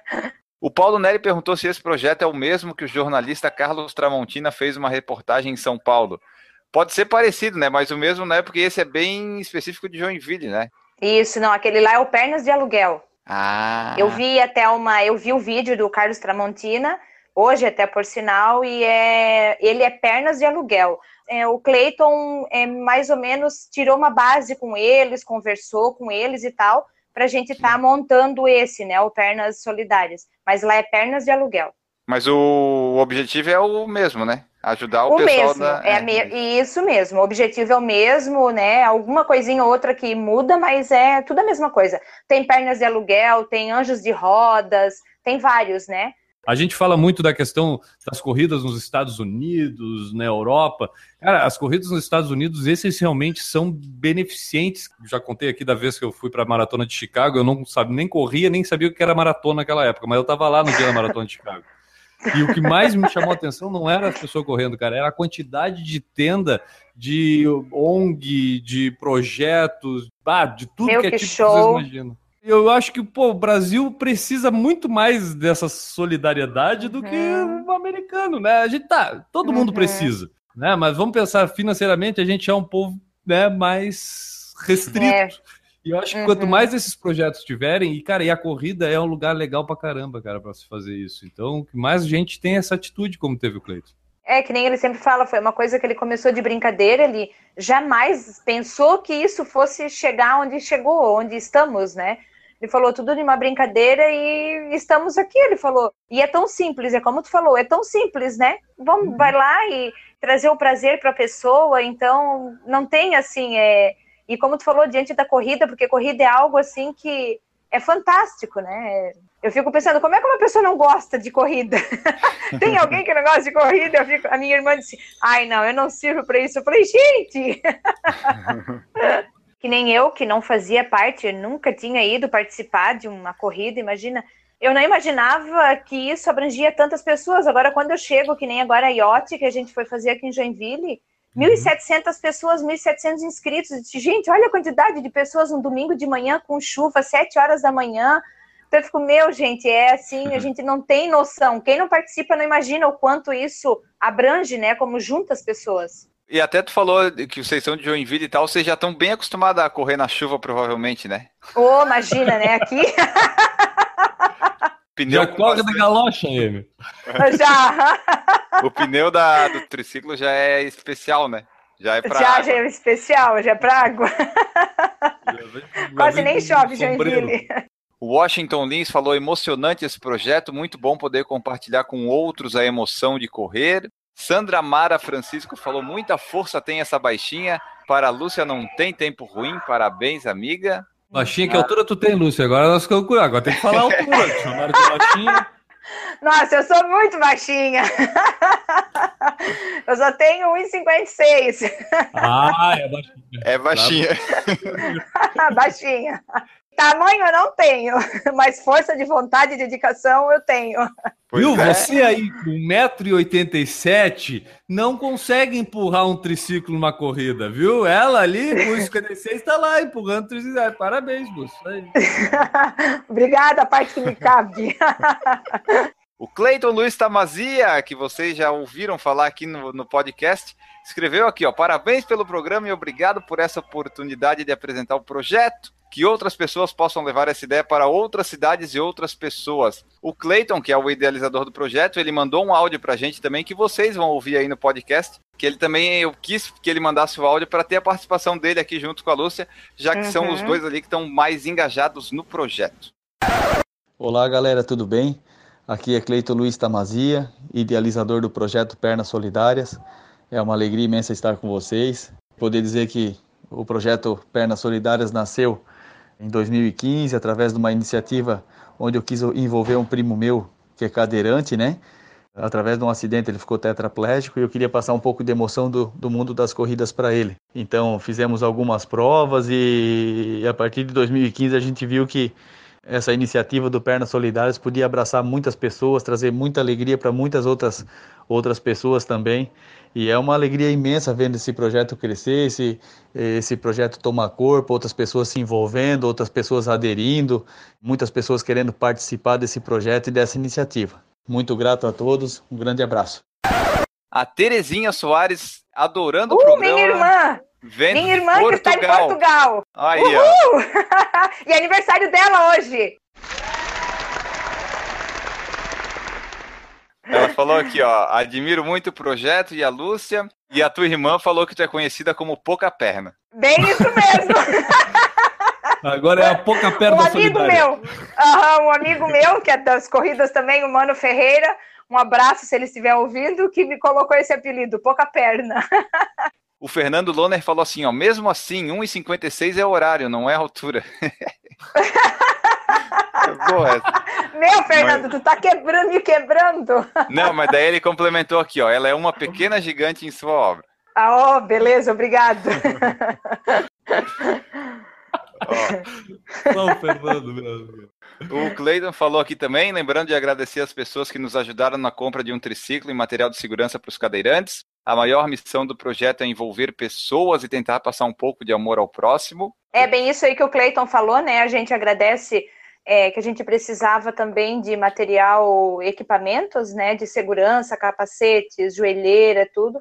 O Paulo Neri perguntou se esse projeto é o mesmo que o jornalista Carlos Tramontina fez uma reportagem em São Paulo. Pode ser parecido, né? Mas o mesmo não é, porque esse é bem específico de Joinville, né? Isso, não, aquele lá é o Pernas de Aluguel. Ah. Eu vi até uma, eu vi o vídeo do Carlos Tramontina, hoje até por sinal, e é, ele é Pernas de Aluguel. É, o Cleiton é, mais ou menos tirou uma base com eles, conversou com eles e tal, para a gente estar tá montando esse, né, o Pernas Solidárias. Mas lá é Pernas de Aluguel. Mas o objetivo é o mesmo, né? Ajudar o, o pessoal mesmo, na... é, é me... isso mesmo, o objetivo é o mesmo, né? Alguma coisinha ou outra que muda, mas é tudo a mesma coisa. Tem Pernas de Aluguel, tem Anjos de Rodas, tem vários, né? A gente fala muito da questão das corridas nos Estados Unidos, na Europa. Cara, as corridas nos Estados Unidos, essencialmente, são beneficentes. Já contei aqui da vez que eu fui para a Maratona de Chicago, eu não sabia, nem corria, nem sabia o que era maratona naquela época, mas eu estava lá no dia da Maratona de Chicago. E o que mais me chamou a atenção não era as pessoas correndo, cara, era a quantidade de tenda, de O N G, de projetos, ah, de tudo Meu, que é que tipo show. que vocês imaginam. Eu acho que pô, o Brasil precisa muito mais dessa solidariedade do uhum. que o americano, né? A gente tá, todo uhum. mundo precisa, né? Mas vamos pensar financeiramente, a gente é um povo, né, mais restrito. É. E eu acho que uhum. quanto mais esses projetos tiverem, e cara, e a corrida é um lugar legal pra caramba, cara, pra se fazer isso. Então, que mais gente tem essa atitude, como teve o Cleiton. É, que nem ele sempre fala, foi uma coisa que ele começou de brincadeira, ele jamais pensou que isso fosse chegar onde chegou, onde estamos, né? Ele falou tudo de uma brincadeira e estamos aqui, ele falou. E é tão simples, é como tu falou, é tão simples, né? Vamos, uhum. vai lá e trazer o prazer para a pessoa, então não tem assim, é... e como tu falou, diante da corrida, porque corrida é algo assim que é fantástico, né? Eu fico pensando, como é que uma pessoa não gosta de corrida? Tem alguém que não gosta de corrida? Eu fico... A minha irmã disse, ai não, eu não sirvo para isso. Eu falei, gente... Que nem eu, que não fazia parte, eu nunca tinha ido participar de uma corrida, imagina. Eu não imaginava que isso abrangia tantas pessoas. Agora, quando eu chego, que nem agora a I O T, que a gente foi fazer aqui em Joinville, mil e setecentas pessoas, mil e setecentos inscritos. Eu disse, gente, olha a quantidade de pessoas um domingo de manhã com chuva, sete horas da manhã. Então eu fico, meu, gente, é assim, a gente não tem noção. Quem não participa não imagina o quanto isso abrange, né, como junta as pessoas. E até tu falou que vocês são de Joinville e tal, vocês já estão bem acostumados a correr na chuva, provavelmente, né? Ô, oh, imagina, né? Aqui... Pneu já coloca da galocha, Amy. Já. O pneu da, do triciclo já é especial, né? Já é pra Já, água. já é especial, já é pra água. Quase nem chove, Joinville. O Washington Lins falou, emocionante esse projeto, muito bom poder compartilhar com outros a emoção de correr. Sandra Mara Francisco falou, muita força tem essa baixinha, para a Lúcia não tem tempo ruim, parabéns, amiga. Baixinha, que altura tu tem, Lúcia? Agora nós calculamos, agora tem que falar a altura, chamaram de baixinha. Nossa, eu sou muito baixinha. Eu só tenho um e cinquenta e seis. Ah, é baixinha. É baixinha. Baixinha. Tamanho eu não tenho, mas força de vontade e dedicação eu tenho. Viu? É. Você aí com um metro e oitenta e sete não consegue empurrar um triciclo numa corrida, viu? Ela ali, com um e cinquenta e seis, está lá empurrando o triciclo. Parabéns, Lúcio. Obrigada, a parte que me cabe. O Cleiton Luiz Tamazia, que vocês já ouviram falar aqui no, no podcast, escreveu aqui, ó, parabéns pelo programa e obrigado por essa oportunidade de apresentar o projeto. que outras pessoas possam levar essa ideia para outras cidades e outras pessoas. O Cleiton, que é o idealizador do projeto, ele mandou um áudio para a gente também, que vocês vão ouvir aí no podcast, que ele também, eu quis que ele mandasse o áudio para ter a participação dele aqui junto com a Lúcia, já que uhum. são os dois ali que estão mais engajados no projeto. Olá galera, tudo bem? Aqui é Cleiton Luiz Tamazia, idealizador do projeto Pernas Solidárias. É uma alegria imensa estar com vocês. Poder dizer que o projeto Pernas Solidárias nasceu em dois mil e quinze, através de uma iniciativa onde eu quis envolver um primo meu, que é cadeirante, né? Através de um acidente ele ficou tetraplégico e eu queria passar um pouco de emoção do, do mundo das corridas para ele. Então fizemos algumas provas e, e a partir de dois mil e quinze a gente viu que essa iniciativa do Pernas Solidárias podia abraçar muitas pessoas, trazer muita alegria para muitas outras, outras pessoas também. E é uma alegria imensa vendo esse projeto crescer, esse, esse projeto tomar corpo, outras pessoas se envolvendo, outras pessoas aderindo, muitas pessoas querendo participar desse projeto e dessa iniciativa. Muito grato a todos, um grande abraço. A Terezinha Soares adorando uh, o programa. Minha irmã! Minha irmã Portugal. Que está em Portugal. Aí, ó. E é aniversário dela hoje. Ela falou aqui, ó, admiro muito o projeto e a Lúcia, e a tua irmã falou que tu é conhecida como Pouca Perna. Bem isso mesmo. Agora é a Pouca Perna um amigo solidária. meu, uhum, um amigo meu, que é das corridas também, o Mano Ferreira, um abraço se ele estiver ouvindo, que me colocou esse apelido, Pouca Perna. O Fernando Loner falou assim, ó, mesmo assim, um e cinquenta e seis é horário, não é altura. Boa essa. Meu, Fernando, mas... tu tá quebrando, me quebrando. Não, mas daí ele complementou aqui, ó, ela é uma pequena gigante em sua obra. Ah, ó, oh, beleza, obrigado. Ó. Só o Fernando mesmo. O Cleiton falou aqui também, lembrando de agradecer as pessoas que nos ajudaram na compra de um triciclo e material de segurança para os cadeirantes. A maior missão do projeto é envolver pessoas e tentar passar um pouco de amor ao próximo. É bem isso aí que o Cleiton falou, né? A gente agradece é, que a gente precisava também de material, equipamentos, né? De segurança, capacetes, joelheira, tudo.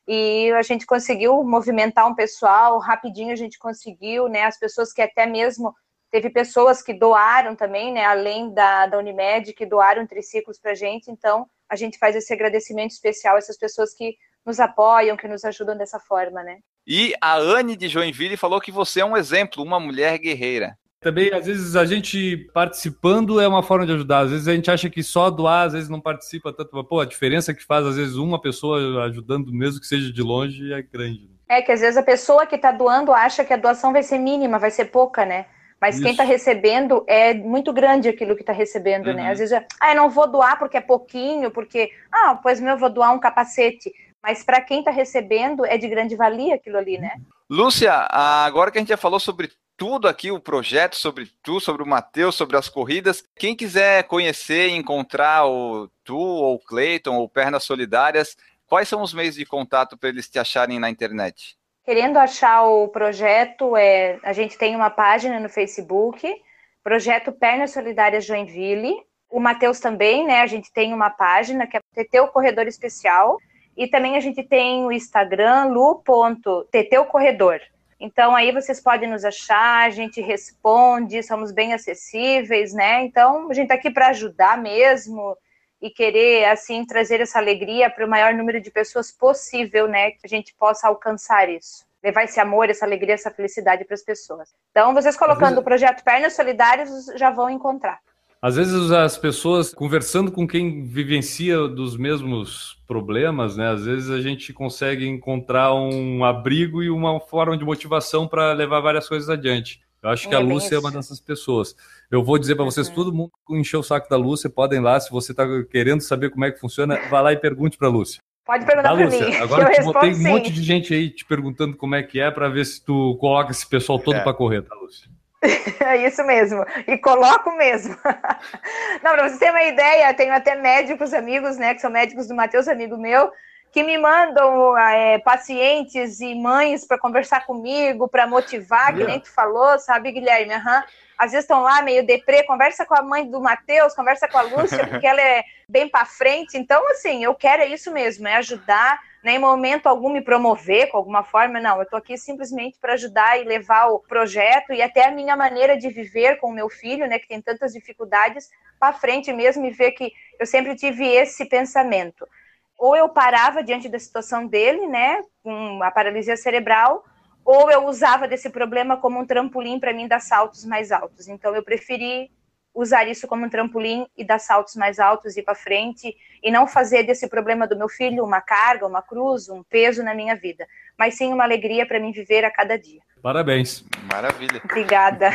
E a gente conseguiu movimentar um pessoal, rapidinho a gente conseguiu, né? As pessoas que até mesmo... Teve pessoas que doaram também, né? Além da, da Unimed, que doaram triciclos pra gente. Então, a gente faz esse agradecimento especial a essas pessoas que nos apoiam, que nos ajudam dessa forma, né? E a Anne de Joinville falou que você é um exemplo, uma mulher guerreira. Também, às vezes, a gente participando é uma forma de ajudar. Às vezes a gente acha que só doar, às vezes não participa tanto. Mas, pô, a diferença que faz, às vezes, uma pessoa ajudando, mesmo que seja de longe, é grande. É que, às vezes, a pessoa que tá doando acha que a doação vai ser mínima, vai ser pouca, né? Mas isso. Quem está recebendo é muito grande aquilo que está recebendo, uhum. né? Às vezes, ah, eu não vou doar porque é pouquinho, porque, ah, pois meu, eu vou doar um capacete. Mas para quem está recebendo é de grande valia aquilo ali, né? Lúcia, agora que a gente já falou sobre tudo aqui, o projeto, sobre tu, sobre o Matheus, sobre as corridas, quem quiser conhecer e encontrar o tu, ou o Cleiton, ou Pernas Solidárias, quais são os meios de contato para eles te acharem na internet? Querendo achar o projeto, é, a gente tem uma página no Facebook, Projeto Pernas Solidárias Joinville. O Matheus também, né? A gente tem uma página que é Teteu Corredor Especial. E também a gente tem o Instagram, lu ponto teteu corredor. Então aí vocês podem nos achar, a gente responde, somos bem acessíveis, né? Então a gente tá aqui para ajudar mesmo e querer, assim, trazer essa alegria para o maior número de pessoas possível, né? Que a gente possa alcançar isso. Levar esse amor, essa alegria, essa felicidade para as pessoas. Então, vocês colocando vezes... o projeto Pernas Solidárias, já vão encontrar. Às vezes as pessoas, conversando com quem vivencia dos mesmos problemas, né? Às vezes a gente consegue encontrar um abrigo e uma forma de motivação para levar várias coisas adiante. Eu acho que é a Lúcia é uma dessas pessoas. Eu vou dizer para vocês, uhum. todo mundo encher o saco da Lúcia, podem ir lá, se você está querendo saber como é que funciona, vá lá e pergunte para a Lúcia. Pode perguntar para mim. Agora eu tem um monte de gente aí te perguntando como é que é, para ver se tu coloca esse pessoal todo é. para correr, tá, Lúcia? É isso mesmo, e coloco mesmo. Não, para você ter uma ideia, tenho até médicos amigos, né, que são médicos do Matheus, amigo meu, que me mandam é, pacientes e mães para conversar comigo, para motivar, que nem tu falou, sabe, Guilherme? Uhum. Às vezes estão lá meio deprê, conversa com a mãe do Matheus, conversa com a Lúcia, porque ela é bem para frente. Então, assim, eu quero é isso mesmo, é ajudar nem em momento algum me promover com alguma forma, não, eu estou aqui simplesmente para ajudar e levar o projeto e até a minha maneira de viver com o meu filho, né, que tem tantas dificuldades, para frente mesmo e ver que eu sempre tive esse pensamento. Ou eu parava diante da situação dele, né, com a paralisia cerebral, ou eu usava desse problema como um trampolim para mim dar saltos mais altos. Então eu preferi usar isso como um trampolim e dar saltos mais altos e ir para frente e não fazer desse problema do meu filho uma carga, uma cruz, um peso na minha vida, mas sim uma alegria para mim viver a cada dia. Parabéns. Maravilha. Obrigada.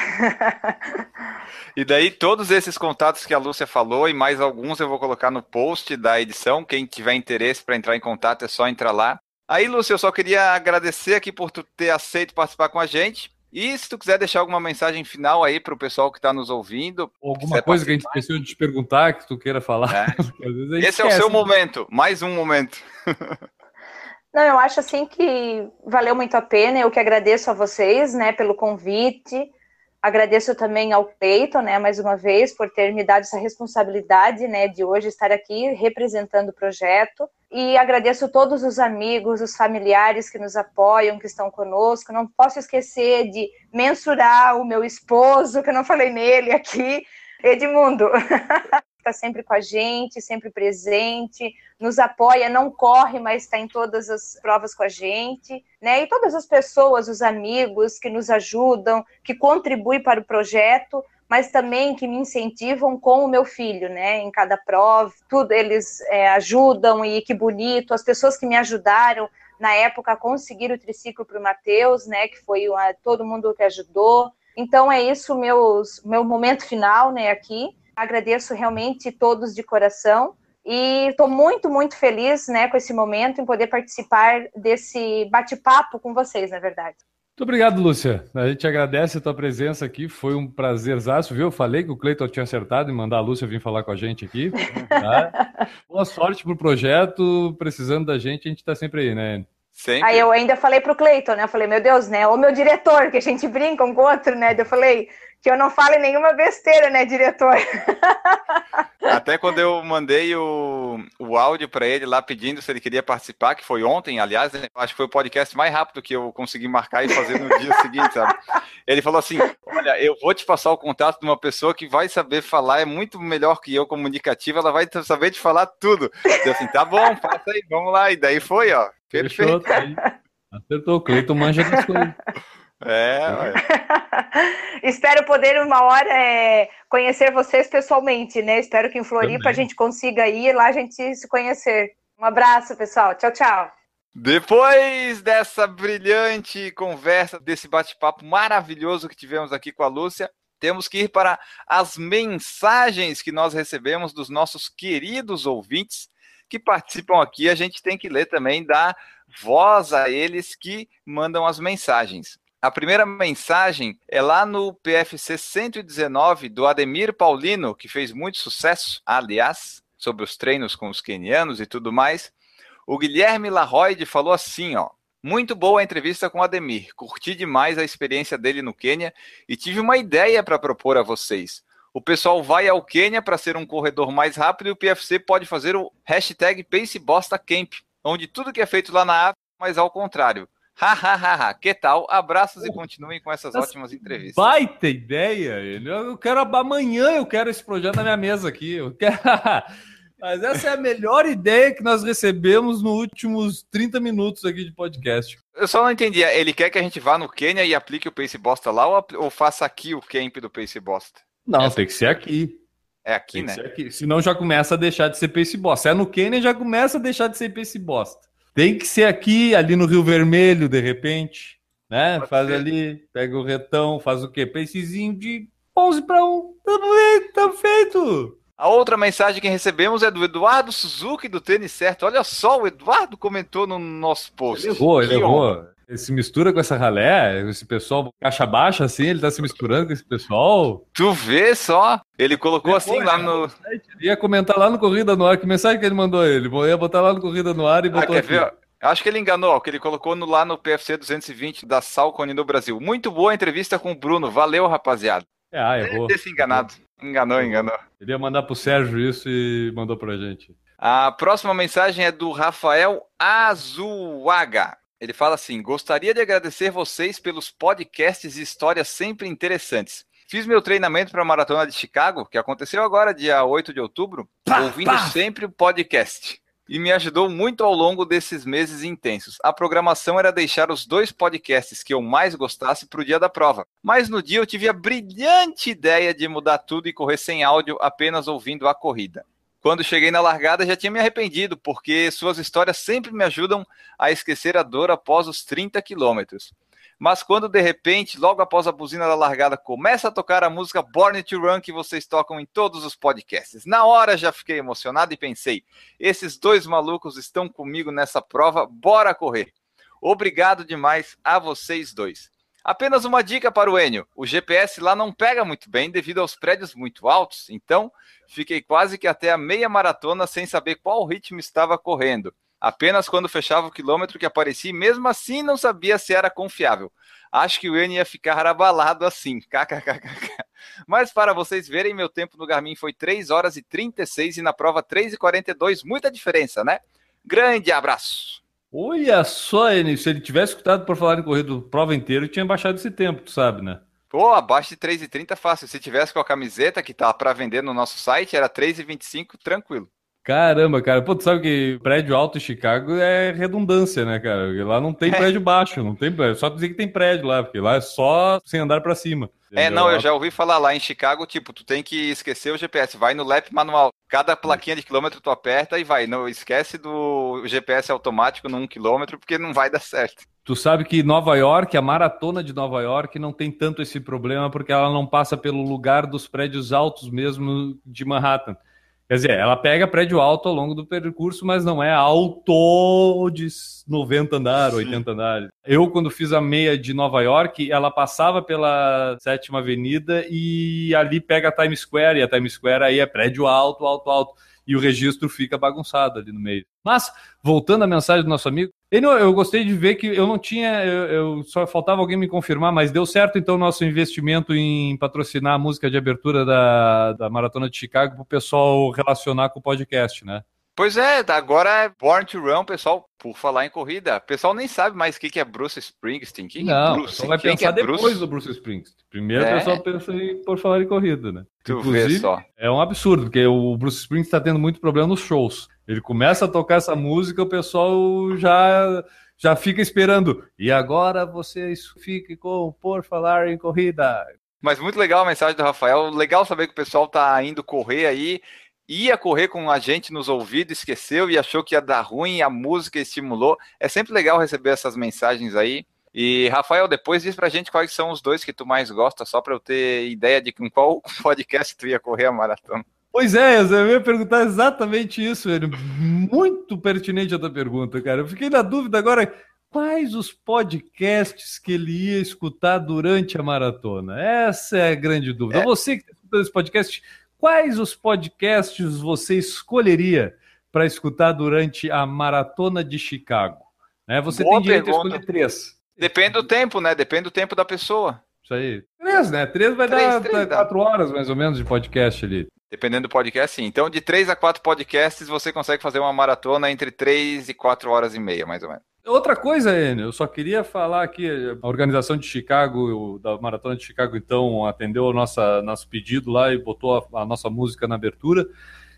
E daí todos esses contatos que a Lúcia falou e mais alguns eu vou colocar no post da edição, quem tiver interesse para entrar em contato é só entrar lá. Aí, Lúcia, eu só queria agradecer aqui por tu ter aceito participar com a gente. E se tu quiser deixar alguma mensagem final aí para o pessoal que está nos ouvindo. Alguma coisa que a gente esqueceu de te perguntar, que tu queira falar. É. Esse esquece, é o seu né? momento, mais um momento. Não, eu acho assim que valeu muito a pena, eu que agradeço a vocês, né, pelo convite. Agradeço também ao Cleiton, né, mais uma vez, por ter me dado essa responsabilidade, né, de hoje estar aqui representando o projeto. E agradeço todos os amigos, os familiares que nos apoiam, que estão conosco. Não posso esquecer de mensurar o meu esposo, que eu não falei nele aqui, Edmundo. Está sempre com a gente, sempre presente, nos apoia, não corre, mas está em todas as provas com a gente, né? E todas as pessoas, os amigos que nos ajudam, que contribuem para o projeto, mas também que me incentivam com o meu filho, né? Em cada prova, tudo eles é, ajudam e que bonito. As pessoas que me ajudaram na época a conseguir o triciclo para o Matheus, né? Que foi uma, todo mundo que ajudou. Então é isso, meus, meu momento final, né? Aqui. Agradeço realmente todos de coração e estou muito, muito feliz, né, com esse momento, em poder participar desse bate-papo com vocês, na verdade. Muito obrigado, Lúcia. A gente agradece a tua presença aqui, foi um prazerzaço, viu? Eu falei que o Cleiton tinha acertado em mandar a Lúcia vir falar com a gente aqui. Tá? Boa sorte pro projeto, precisando da gente, a gente está sempre aí, né? Sempre. Aí eu ainda falei pro Cleiton, né? Eu falei, meu Deus, né? O meu diretor, que a gente brinca um com o outro, né? Eu falei que eu não fale nenhuma besteira, né, diretor? Até quando eu mandei o, o áudio para ele lá pedindo se ele queria participar, que foi ontem, aliás, né? Acho que foi o podcast mais rápido que eu consegui marcar e fazer no dia seguinte, sabe? Ele falou assim, olha, eu vou te passar o contato de uma pessoa que vai saber falar, é muito melhor que eu, comunicativa, ela vai saber te falar tudo. Eu assim, tá bom, passa aí, vamos lá. E daí foi, ó, perfeito. Acertou, o Cleiton manja das coisas. É, ué. Espero poder uma hora é, conhecer vocês pessoalmente, né? Espero que em Floripa Também. a gente consiga ir lá a gente se conhecer. Um abraço, pessoal. Tchau, tchau. Depois dessa brilhante conversa, desse bate-papo maravilhoso que tivemos aqui com a Lúcia, temos que ir para as mensagens que nós recebemos dos nossos queridos ouvintes que participam aqui. A gente tem que ler também, dar voz a eles que mandam as mensagens. A primeira mensagem é lá no P F C cento e dezenove, do Ademir Paulino, que fez muito sucesso, aliás, sobre os treinos com os quenianos e tudo mais. O Guilherme Larroide falou assim, ó, muito boa a entrevista com o Ademir, curti demais a experiência dele no Quênia e tive uma ideia para propor a vocês. O pessoal vai ao Quênia para ser um corredor mais rápido e o P F C pode fazer o hashtag PaceBostaCamp, onde tudo que é feito lá na África, mas ao contrário. Hahaha, que tal? Abraços e continuem com essas Essa ótimas entrevistas. Baita ideia! Eu quero amanhã, eu quero esse projeto na minha mesa aqui. Eu quero... Mas essa é a melhor ideia que nós recebemos nos últimos trinta minutos aqui de podcast. Eu só não entendi. Ele quer que a gente vá no Quênia e aplique o Pace Bosta lá ou, ou faça aqui o camp do Pace Bosta? Não, essa... tem que ser aqui. É aqui, tem né? Que ser aqui. Senão já começa a deixar de ser Pace Bosta. É no Quênia já começa a deixar de ser Pace Bosta. Tem que ser aqui, ali no Rio Vermelho, de repente, né? Pode faz ser. Ali, pega o retão, faz o quê? Pacezinho de onze para um. Tá feito, tá feito. A outra mensagem que recebemos é do Eduardo Suzuki, do Tênis Certo. Olha só, o Eduardo comentou no nosso post. Ele errou, ele que errou. honra. Ele se mistura com essa ralé, esse pessoal caixa baixa assim, ele tá se misturando com esse pessoal. Tu vê só, ele colocou ele assim lá no... Ele ia comentar lá no Corrida no Ar, que mensagem que ele mandou ele? Eu ia botar lá no Corrida no Ar e botou ah, quer aqui. Ver? Acho que ele enganou, que ele colocou no, lá no P F C duzentos e vinte da Salcone no Brasil. Muito boa a entrevista com o Bruno, valeu, rapaziada. É, ah, errou. Deve ter se enganado. Enganou, enganou. Ele ia mandar pro Sérgio isso e mandou pra gente. A próxima mensagem é do Rafael Azuaga. Ele fala assim: gostaria de agradecer vocês pelos podcasts e histórias sempre interessantes. Fiz meu treinamento para a Maratona de Chicago, que aconteceu agora, dia oito de outubro, pá, ouvindo pá. sempre o podcast. E me ajudou muito ao longo desses meses intensos. A programação era deixar os dois podcasts que eu mais gostasse para o dia da prova. Mas no dia eu tive a brilhante ideia de mudar tudo e correr sem áudio, apenas ouvindo a corrida. Quando cheguei na largada já tinha me arrependido, porque suas histórias sempre me ajudam a esquecer a dor após os trinta quilômetros. Mas quando de repente, logo após a buzina da largada, começa a tocar a música Born to Run que vocês tocam em todos os podcasts. Na hora já fiquei emocionado e pensei, esses dois malucos estão comigo nessa prova, bora correr. Obrigado demais a vocês dois. Apenas uma dica para o Enio, o G P S lá não pega muito bem devido aos prédios muito altos, então fiquei quase que até a meia maratona sem saber qual ritmo estava correndo. Apenas quando fechava o quilômetro que aparecia, e mesmo assim não sabia se era confiável. Acho que o Enio ia ficar abalado assim, kkkk. Mas para vocês verem, meu tempo no Garmin foi três horas e trinta e seis e na prova três e quarenta e dois, muita diferença, né? Grande abraço! Olha só, Enio, se ele tivesse escutado por falar em corrida prova inteira, tinha baixado esse tempo, tu sabe, né? Pô, abaixo de três e trinta fácil. Se tivesse com a camiseta que tá para vender no nosso site, era três e vinte e cinco, tranquilo. Caramba, cara. Pô, tu sabe que prédio alto em Chicago é redundância, né, cara? Porque lá não tem prédio baixo, não tem prédio. Só dizer que tem prédio lá, porque lá é só sem andar pra cima. É, não, eu já ouvi falar lá em Chicago, tipo, tu tem que esquecer o G P S, vai no lap manual. Cada plaquinha de quilômetro tu aperta e vai. Não esquece do G P S automático no um quilômetro, porque não vai dar certo. Tu sabe que Nova York, a maratona de Nova York, não tem tanto esse problema, porque ela não passa pelo lugar dos prédios altos mesmo de Manhattan. Quer dizer, ela pega prédio alto ao longo do percurso, mas não é alto de noventa andares, oitenta andares. Eu, quando fiz a meia de Nova York, ela passava pela Sétima Avenida e ali pega a Times Square, e a Times Square aí é prédio alto, alto, alto. E o registro fica bagunçado ali no meio. Mas, voltando à mensagem do nosso amigo, ele, eu gostei de ver que eu não tinha, eu, eu só faltava alguém me confirmar, mas deu certo então o nosso investimento em patrocinar a música de abertura da, da Maratona de Chicago para o pessoal relacionar com o podcast, né? Pois é, agora é Born to Run, pessoal, por falar em corrida. O pessoal nem sabe mais o que é Bruce Springsteen. Quem não, é Bruce? Só vai Quem pensar que é depois Bruce? do Bruce Springsteen. Primeiro é. o pessoal pensa em, por falar em corrida, né? Tu Inclusive, vê só. É um absurdo, porque o Bruce Springsteen está tendo muito problema nos shows. Ele começa a tocar essa música, o pessoal já, já fica esperando. E agora vocês fiquem com Por Falar em Corrida. Mas muito legal a mensagem do Rafael. Legal saber que o pessoal tá indo correr aí. Ia correr com a gente nos ouvidos, esqueceu e achou que ia dar ruim, a música estimulou. É sempre legal receber essas mensagens aí. E, Rafael, depois diz pra gente quais são os dois que tu mais gosta, só pra eu ter ideia de com qual podcast tu ia correr a maratona. Pois é, eu ia perguntar exatamente isso, velho. Muito pertinente a tua pergunta, cara. Eu fiquei na dúvida agora, quais os podcasts que ele ia escutar durante a maratona? Essa é a grande dúvida. É. Você que está escutando esse podcast, quais os podcasts você escolheria para escutar durante a Maratona de Chicago? Né? Você Boa tem direito pergunta. a escolher três. Depende do tempo, né? Depende do tempo da pessoa. Isso aí. Três, né? Três vai Três, dar três dá. quatro horas, mais ou menos, de podcast ali. Dependendo do podcast, sim. Então, de três a quatro podcasts, você consegue fazer uma maratona entre três e quatro horas e meia, mais ou menos. Outra coisa, Enio, eu só queria falar aqui, a organização de Chicago, da Maratona de Chicago, então, atendeu o nossa, nosso pedido lá e botou a, a nossa música na abertura.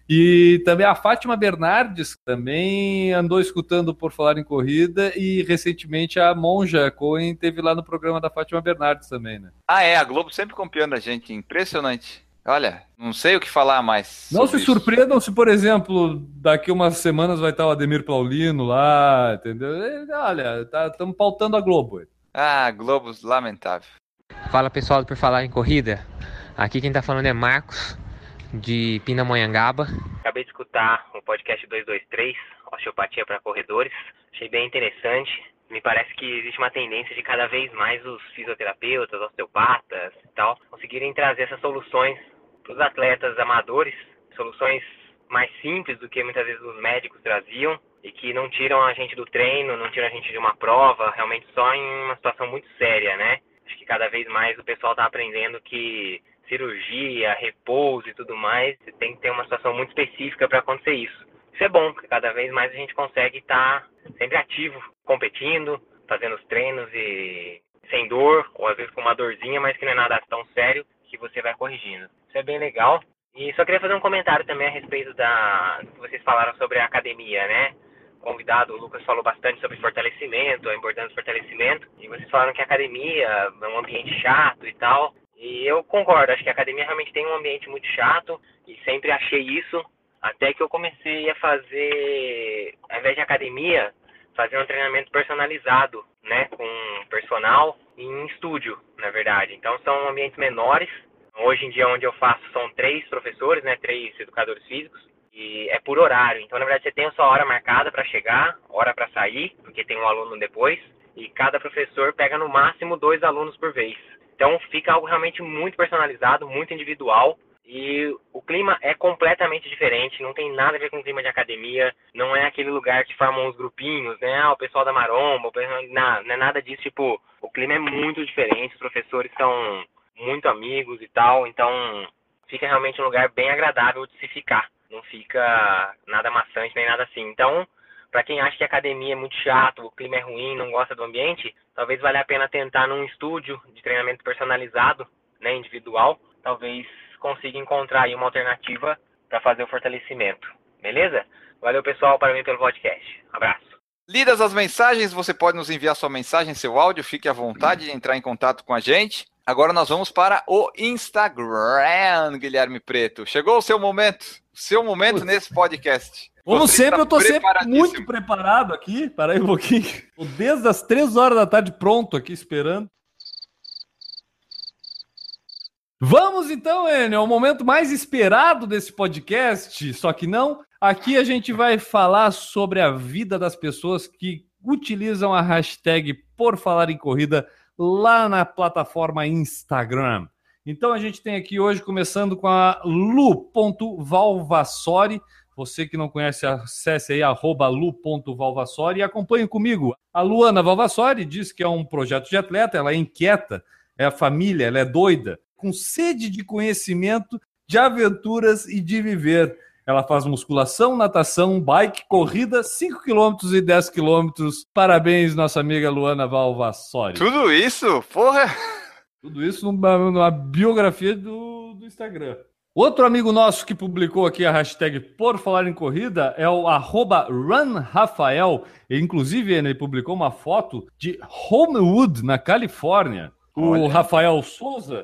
E também a Fátima Bernardes também andou escutando Por Falar em Corrida e recentemente a Monja Cohen teve lá no programa da Fátima Bernardes também, né? Ah, é, a Globo sempre copiando a gente, impressionante. Olha, não sei o que falar mais. Não se isso. surpreendam se, por exemplo, daqui umas semanas vai estar o Ademir Paulino lá, entendeu? Olha, estamos tá, pautando a Globo. Ah, Globo, lamentável. Fala pessoal do Por Falar em Corrida, aqui quem tá falando é Marcos, de Pindamonhangaba. Acabei de escutar o podcast duzentos e vinte e três, Osteopatia para Corredores, achei bem interessante. Me parece que existe uma tendência de cada vez mais os fisioterapeutas, osteopatas e tal, conseguirem trazer essas soluções para os atletas amadores, soluções mais simples do que muitas vezes os médicos traziam e que não tiram a gente do treino, não tiram a gente de uma prova, realmente só em uma situação muito séria, né? Acho que cada vez mais o pessoal está aprendendo que cirurgia, repouso e tudo mais, tem que ter uma situação muito específica para acontecer isso. Isso é bom, porque cada vez mais a gente consegue estar sempre ativo, competindo, fazendo os treinos e sem dor, ou às vezes com uma dorzinha, mas que não é nada tão sério, que você vai corrigindo. Isso é bem legal. E só queria fazer um comentário também a respeito da do que vocês falaram sobre a academia, né? O convidado, o Lucas, falou bastante sobre fortalecimento, a importância do fortalecimento, e vocês falaram que a academia é um ambiente chato e tal, e eu concordo, acho que a academia realmente tem um ambiente muito chato, e sempre achei isso, até que eu comecei a fazer, ao invés de academia, fazer um treinamento personalizado, né, com personal em estúdio, na verdade. Então são ambientes menores. Hoje em dia onde eu faço são três professores, né, três educadores físicos, e é por horário. Então, na verdade, você tem a sua hora marcada para chegar, hora para sair, porque tem um aluno depois, e cada professor pega no máximo dois alunos por vez. Então fica algo realmente muito personalizado, muito individual. E o clima é completamente diferente, não tem nada a ver com o clima de academia, não é aquele lugar que formam os grupinhos, né? Ah, o pessoal da maromba, o pessoal... não, não é nada disso, tipo, o clima é muito diferente, os professores são muito amigos e tal, então fica realmente um lugar bem agradável de se ficar, não fica nada maçante nem nada assim. Então, para quem acha que a academia é muito chato, o clima é ruim, não gosta do ambiente, talvez valha a pena tentar num estúdio de treinamento personalizado, né, individual, talvez consiga encontrar aí uma alternativa para fazer o fortalecimento. Beleza? Valeu, pessoal, parabéns pelo podcast. Abraço. Lidas as mensagens, você pode nos enviar sua mensagem, seu áudio, fique à vontade de entrar em contato com a gente. Agora nós vamos para o Instagram, Guilherme Preto. Chegou o seu momento, seu momento Putz. nesse podcast. Como você sempre, eu tô sempre muito preparado aqui. Para aí um pouquinho. Desde as três horas da tarde pronto aqui, esperando. Vamos então, Enio, ao momento mais esperado desse podcast, só que não. Aqui a gente vai falar sobre a vida das pessoas que utilizam a hashtag Por Falar em Corrida lá na plataforma Instagram. Então a gente tem aqui hoje, começando com a lu ponto valvassori. Você que não conhece, acesse aí arroba lu ponto valvassori e acompanhe comigo. A Luana Valvassori diz que é um projeto de atleta, ela é inquieta, é a família, ela é doida, com sede de conhecimento, de aventuras e de viver. Ela faz musculação, natação, bike, corrida, cinco quilômetros e dez quilômetros. Parabéns, nossa amiga Luana Valvassori. Tudo isso? Porra! Tudo isso numa, numa biografia do, do Instagram. Outro amigo nosso que publicou aqui a hashtag Por Falar em Corrida é o arroba runrafael. Inclusive, ele publicou uma foto de Homewood, na Califórnia. O Olha. Rafael Souza,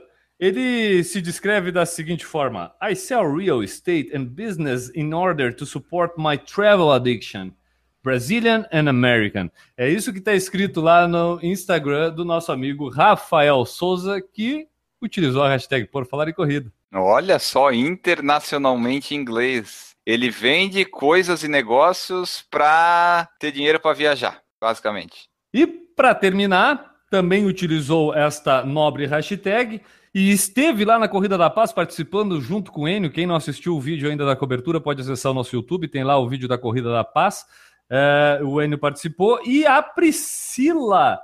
ele se descreve da seguinte forma: I sell real estate and business in order to support my travel addiction, Brazilian and American. É isso que está escrito lá no Instagram do nosso amigo Rafael Souza, que utilizou a hashtag Por Falar em Corrida. Olha só, internacionalmente em inglês. Ele vende coisas e negócios para ter dinheiro para viajar, basicamente. E para terminar, também utilizou esta nobre hashtag e esteve lá na Corrida da Paz participando junto com o Enio. Quem não assistiu o vídeo ainda da cobertura pode acessar o nosso YouTube, tem lá o vídeo da Corrida da Paz. É, o Enio participou e a Priscila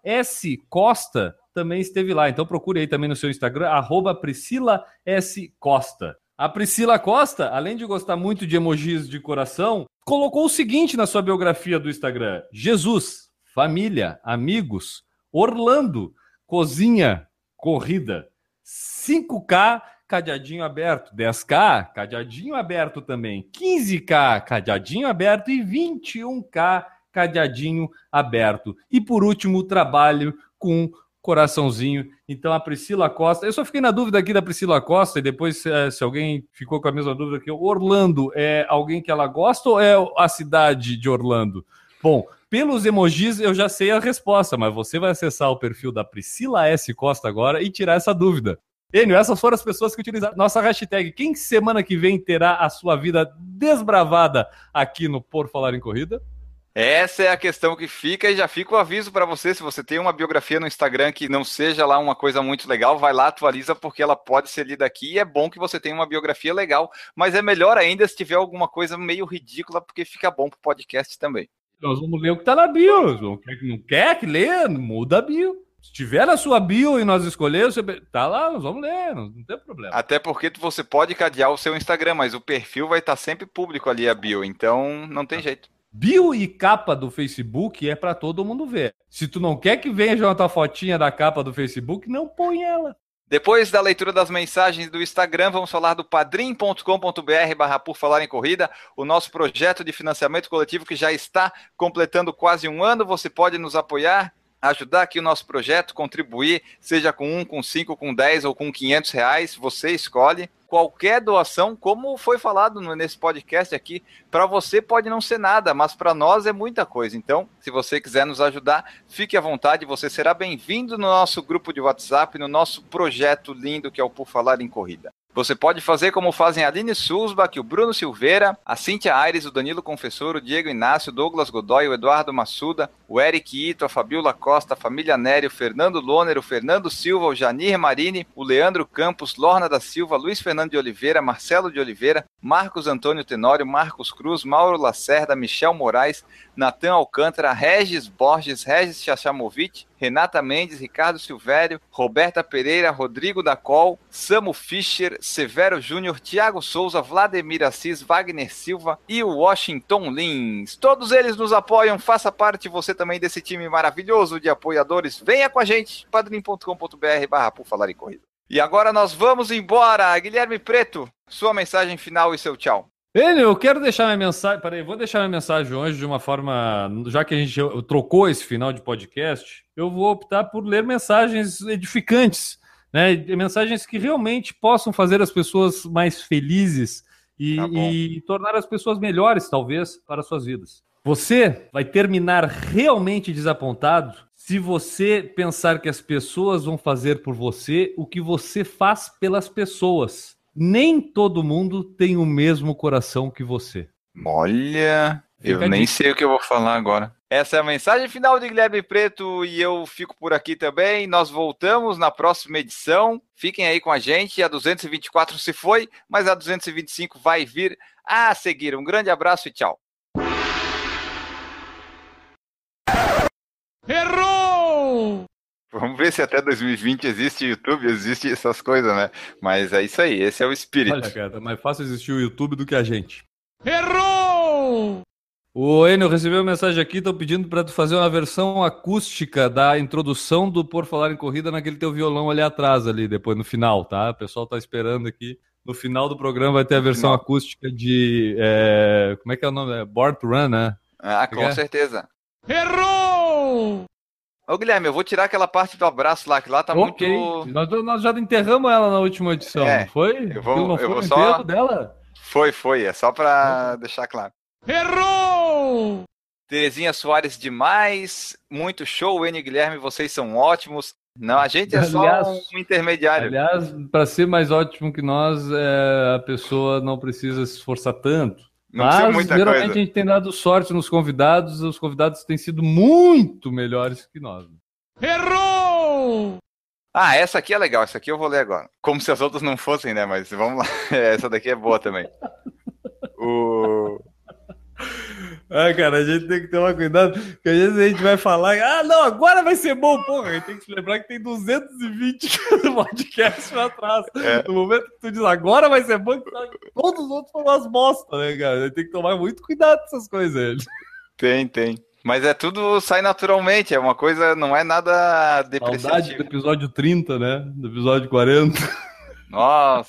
S. Costa também esteve lá. Então procure aí também no seu Instagram, arroba Priscila S. Costa. A Priscila Costa, além de gostar muito de emojis de coração, colocou o seguinte na sua biografia do Instagram: Jesus, família, amigos, Orlando, cozinha, corrida, cinco K, cadeadinho aberto, dez K, cadeadinho aberto também, quinze K, cadeadinho aberto e vinte e um K, cadeadinho aberto. E por último, trabalho com coraçãozinho. Então a Priscila Costa, eu só fiquei na dúvida aqui da Priscila Costa, e depois se, se alguém ficou com a mesma dúvida que eu, Orlando é alguém que ela gosta ou é a cidade de Orlando? Bom, pelos emojis eu já sei a resposta, mas você vai acessar o perfil da Priscila S. Costa agora e tirar essa dúvida. Enio, essas foram as pessoas que utilizaram nossa hashtag. Quem semana que vem terá a sua vida desbravada aqui no Por Falar em Corrida? Essa é a questão que fica, e já fica o aviso para você: se você tem uma biografia no Instagram que não seja lá uma coisa muito legal, vai lá, atualiza, porque ela pode ser lida aqui, e é bom que você tenha uma biografia legal, mas é melhor ainda se tiver alguma coisa meio ridícula, porque fica bom pro podcast também. Nós vamos ler o que tá na bio. Não quer que lê, muda a bio. Se tiver na sua bio e nós escolhermos, você... tá lá, nós vamos ler, não, não tem problema. Até porque você pode cadear o seu Instagram, mas o perfil vai estar sempre público ali, a bio, então não tem jeito. Bio e capa do Facebook é para todo mundo ver. Se tu não quer que veja a tua fotinha da capa do Facebook, não põe ela. Depois da leitura das mensagens do Instagram, vamos falar do padrim ponto com ponto br barra por falar em corrida, o nosso projeto de financiamento coletivo que já está completando quase um ano. Você pode nos apoiar, ajudar aqui o nosso projeto, contribuir, seja com um, com cinco, com dez ou com quinhentos reais, você escolhe. Qualquer doação, como foi falado nesse podcast aqui, para você pode não ser nada, mas para nós é muita coisa. Então, se você quiser nos ajudar, fique à vontade, você será bem-vindo no nosso grupo de WhatsApp, no nosso projeto lindo que é o Por Falar em Corrida. Você pode fazer como fazem a Aline Sulzbach, o Bruno Silveira, a Cíntia Aires, o Danilo Confessor, o Diego Inácio, o Douglas Godoy, o Eduardo Massuda, o Eric Ito, a Fabiola Costa, a família Nério, o Fernando Loner, o Fernando Silva, o Janir Marini, o Leandro Campos, Lorna da Silva, Luiz Fernando de Oliveira, Marcelo de Oliveira, Marcos Antônio Tenório, Marcos Cruz, Mauro Lacerda, Michel Moraes, Natan Alcântara, Regis Borges, Regis Chachamovic, Renata Mendes, Ricardo Silvério, Roberta Pereira, Rodrigo Dacol, Samu Fischer, Severo Júnior, Thiago Souza, Vladimir Assis, Wagner Silva e o Washington Lins. Todos eles nos apoiam, faça parte você também desse time maravilhoso de apoiadores. Venha com a gente, padrim ponto com ponto br barra por falar em corrida. E agora nós vamos embora. Guilherme Preto, sua mensagem final e seu tchau. Enio, eu quero deixar minha mensagem. Peraí, vou deixar minha mensagem hoje de uma forma. Já que a gente trocou esse final de podcast, eu vou optar por ler mensagens edificantes, né? Mensagens que realmente possam fazer as pessoas mais felizes e, Tá bom. e tornar as pessoas melhores, talvez, para suas vidas. Você vai terminar realmente desapontado se você pensar que as pessoas vão fazer por você o que você faz pelas pessoas. Nem todo mundo tem o mesmo coração que você. Olha, eu Fica nem disso. sei o que eu vou falar agora. Essa é a mensagem final de Guilherme Preto e eu fico por aqui também. Nós voltamos na próxima edição. Fiquem aí com a gente. A duzentos e vinte e quatro se foi, mas a duzentos e vinte e cinco vai vir a seguir. Um grande abraço e tchau. Errou! Vamos ver se até dois mil e vinte existe YouTube, existe essas coisas, né? Mas é isso aí, esse é o espírito. Olha, cara, é mais fácil existir o YouTube do que a gente. Errou! O Enio recebeu uma mensagem aqui, estão pedindo para tu fazer uma versão acústica da introdução do Por Falar em Corrida naquele teu violão ali atrás, ali, depois no final, tá? O pessoal tá esperando aqui. No final do programa vai ter a versão final. acústica de... é, como é que é o nome? É Born to Run, né? Ah, com É. certeza. Errou! Ô Guilherme, eu vou tirar aquela parte do abraço lá, que lá tá Ok. muito... Nós, nós já enterramos ela na última edição, É, não foi? eu vou- Aquilo não eu foi vou o só- enterro dela? Foi, foi, é só pra deixar claro. Errou! Terezinha Soares demais, muito show, Enio e Guilherme, vocês são ótimos. Não, a gente é só Aliás- um intermediário. Aliás, para ser mais ótimo que nós, é, a pessoa não precisa se esforçar tanto. Não precisa Mas muita geralmente coisa. a gente tem dado sorte nos convidados, os convidados têm sido muito melhores que nós. Errou! Ah, essa aqui é legal, essa aqui eu vou ler agora. Como se as outras não fossem, né? Mas vamos lá, essa daqui é boa também. O... Ah, cara, a gente tem que tomar cuidado, porque às vezes a gente vai falar, ah, não, agora vai ser bom, porra. A gente tem que se lembrar que tem duzentos e vinte podcasts pra trás. É. No momento que tu diz agora vai ser bom, todos os outros foram umas bosta, né, cara? A gente tem que tomar muito cuidado com essas coisas, velho. Tem, tem. Mas é tudo, sai naturalmente, é uma coisa, não é nada Saudade do depreciativo. episódio trinta, né? Do episódio quarenta. Nossa,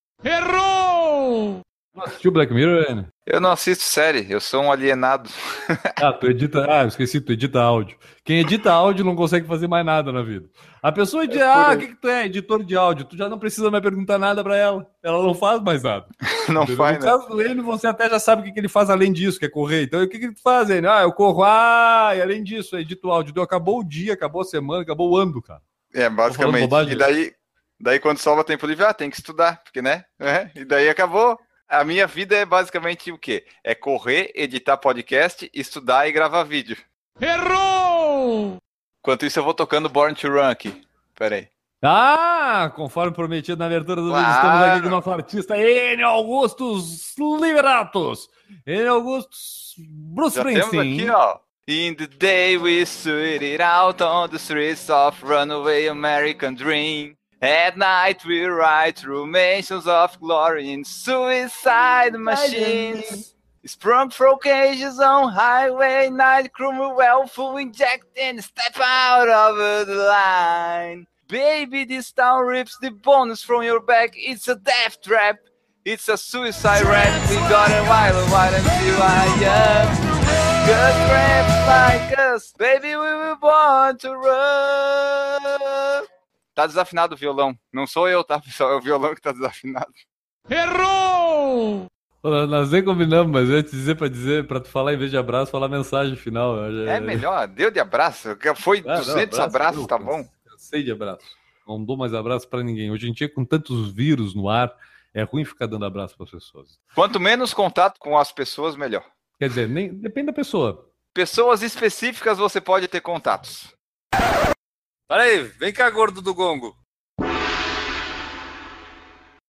Errou! Assistiu Black Mirror, Ana? eu não assisto série, eu sou um alienado. Ah, tu edita. Ah, eu esqueci, tu edita áudio. Quem edita áudio não consegue fazer mais nada na vida. A pessoa diz, É por ah, o aí. que, que tu é? Editor de áudio. Tu já não precisa mais perguntar nada pra ela. Ela não faz mais nada. Não Entendeu? faz, No né? caso do Enio, você até já sabe o que, que ele faz além disso, que é correr. Então, o que, que tu faz, Enio? Ah, eu corro. Ah, e além disso, eu edito áudio. Então, acabou o dia, acabou a semana, acabou o ano, cara. É, basicamente. bobagem? E daí, daí quando sobra tempo livre, ah, tem que estudar, porque, né? É, e daí acabou. A minha vida é basicamente o quê? É correr, editar podcast, estudar e gravar vídeo. Errou! Enquanto isso, eu vou tocando Born to Run aqui. Pera aí. Ah, conforme prometido na abertura do vídeo, Claro. estamos aqui com o nosso artista Enio Augustus Liberatos. Enio Augustus Bruce Já temos Springsteen. aqui, ó. In the day we stood it out on the streets of runaway American dream. At night we ride through mansions of glory in suicide machines. Sprung from cages on highway night, Cromwell full inject and step out of the line. Baby, this town rips the bones from your back. It's a death trap. It's a suicide rap. We got a while, while until I am. Good raps like us, baby, we were born to run. Tá desafinado o violão. Não sou eu, tá, pessoal? É o violão que tá desafinado. Errou! Nós nem combinamos, mas eu ia te dizer pra dizer, pra tu falar em vez de abraço, falar mensagem final. É melhor, deu de abraço. Foi ah, duzentos não, abraço, abraços, eu, tá bom? Cansei de abraço. Não dou mais abraço pra ninguém. Hoje em dia, com tantos vírus no ar, é ruim ficar dando abraço pras pessoas. Quanto menos contato com as pessoas, melhor. Quer dizer, nem, depende da pessoa. Pessoas específicas você pode ter contatos. Para aí, vem cá, gordo do gongo.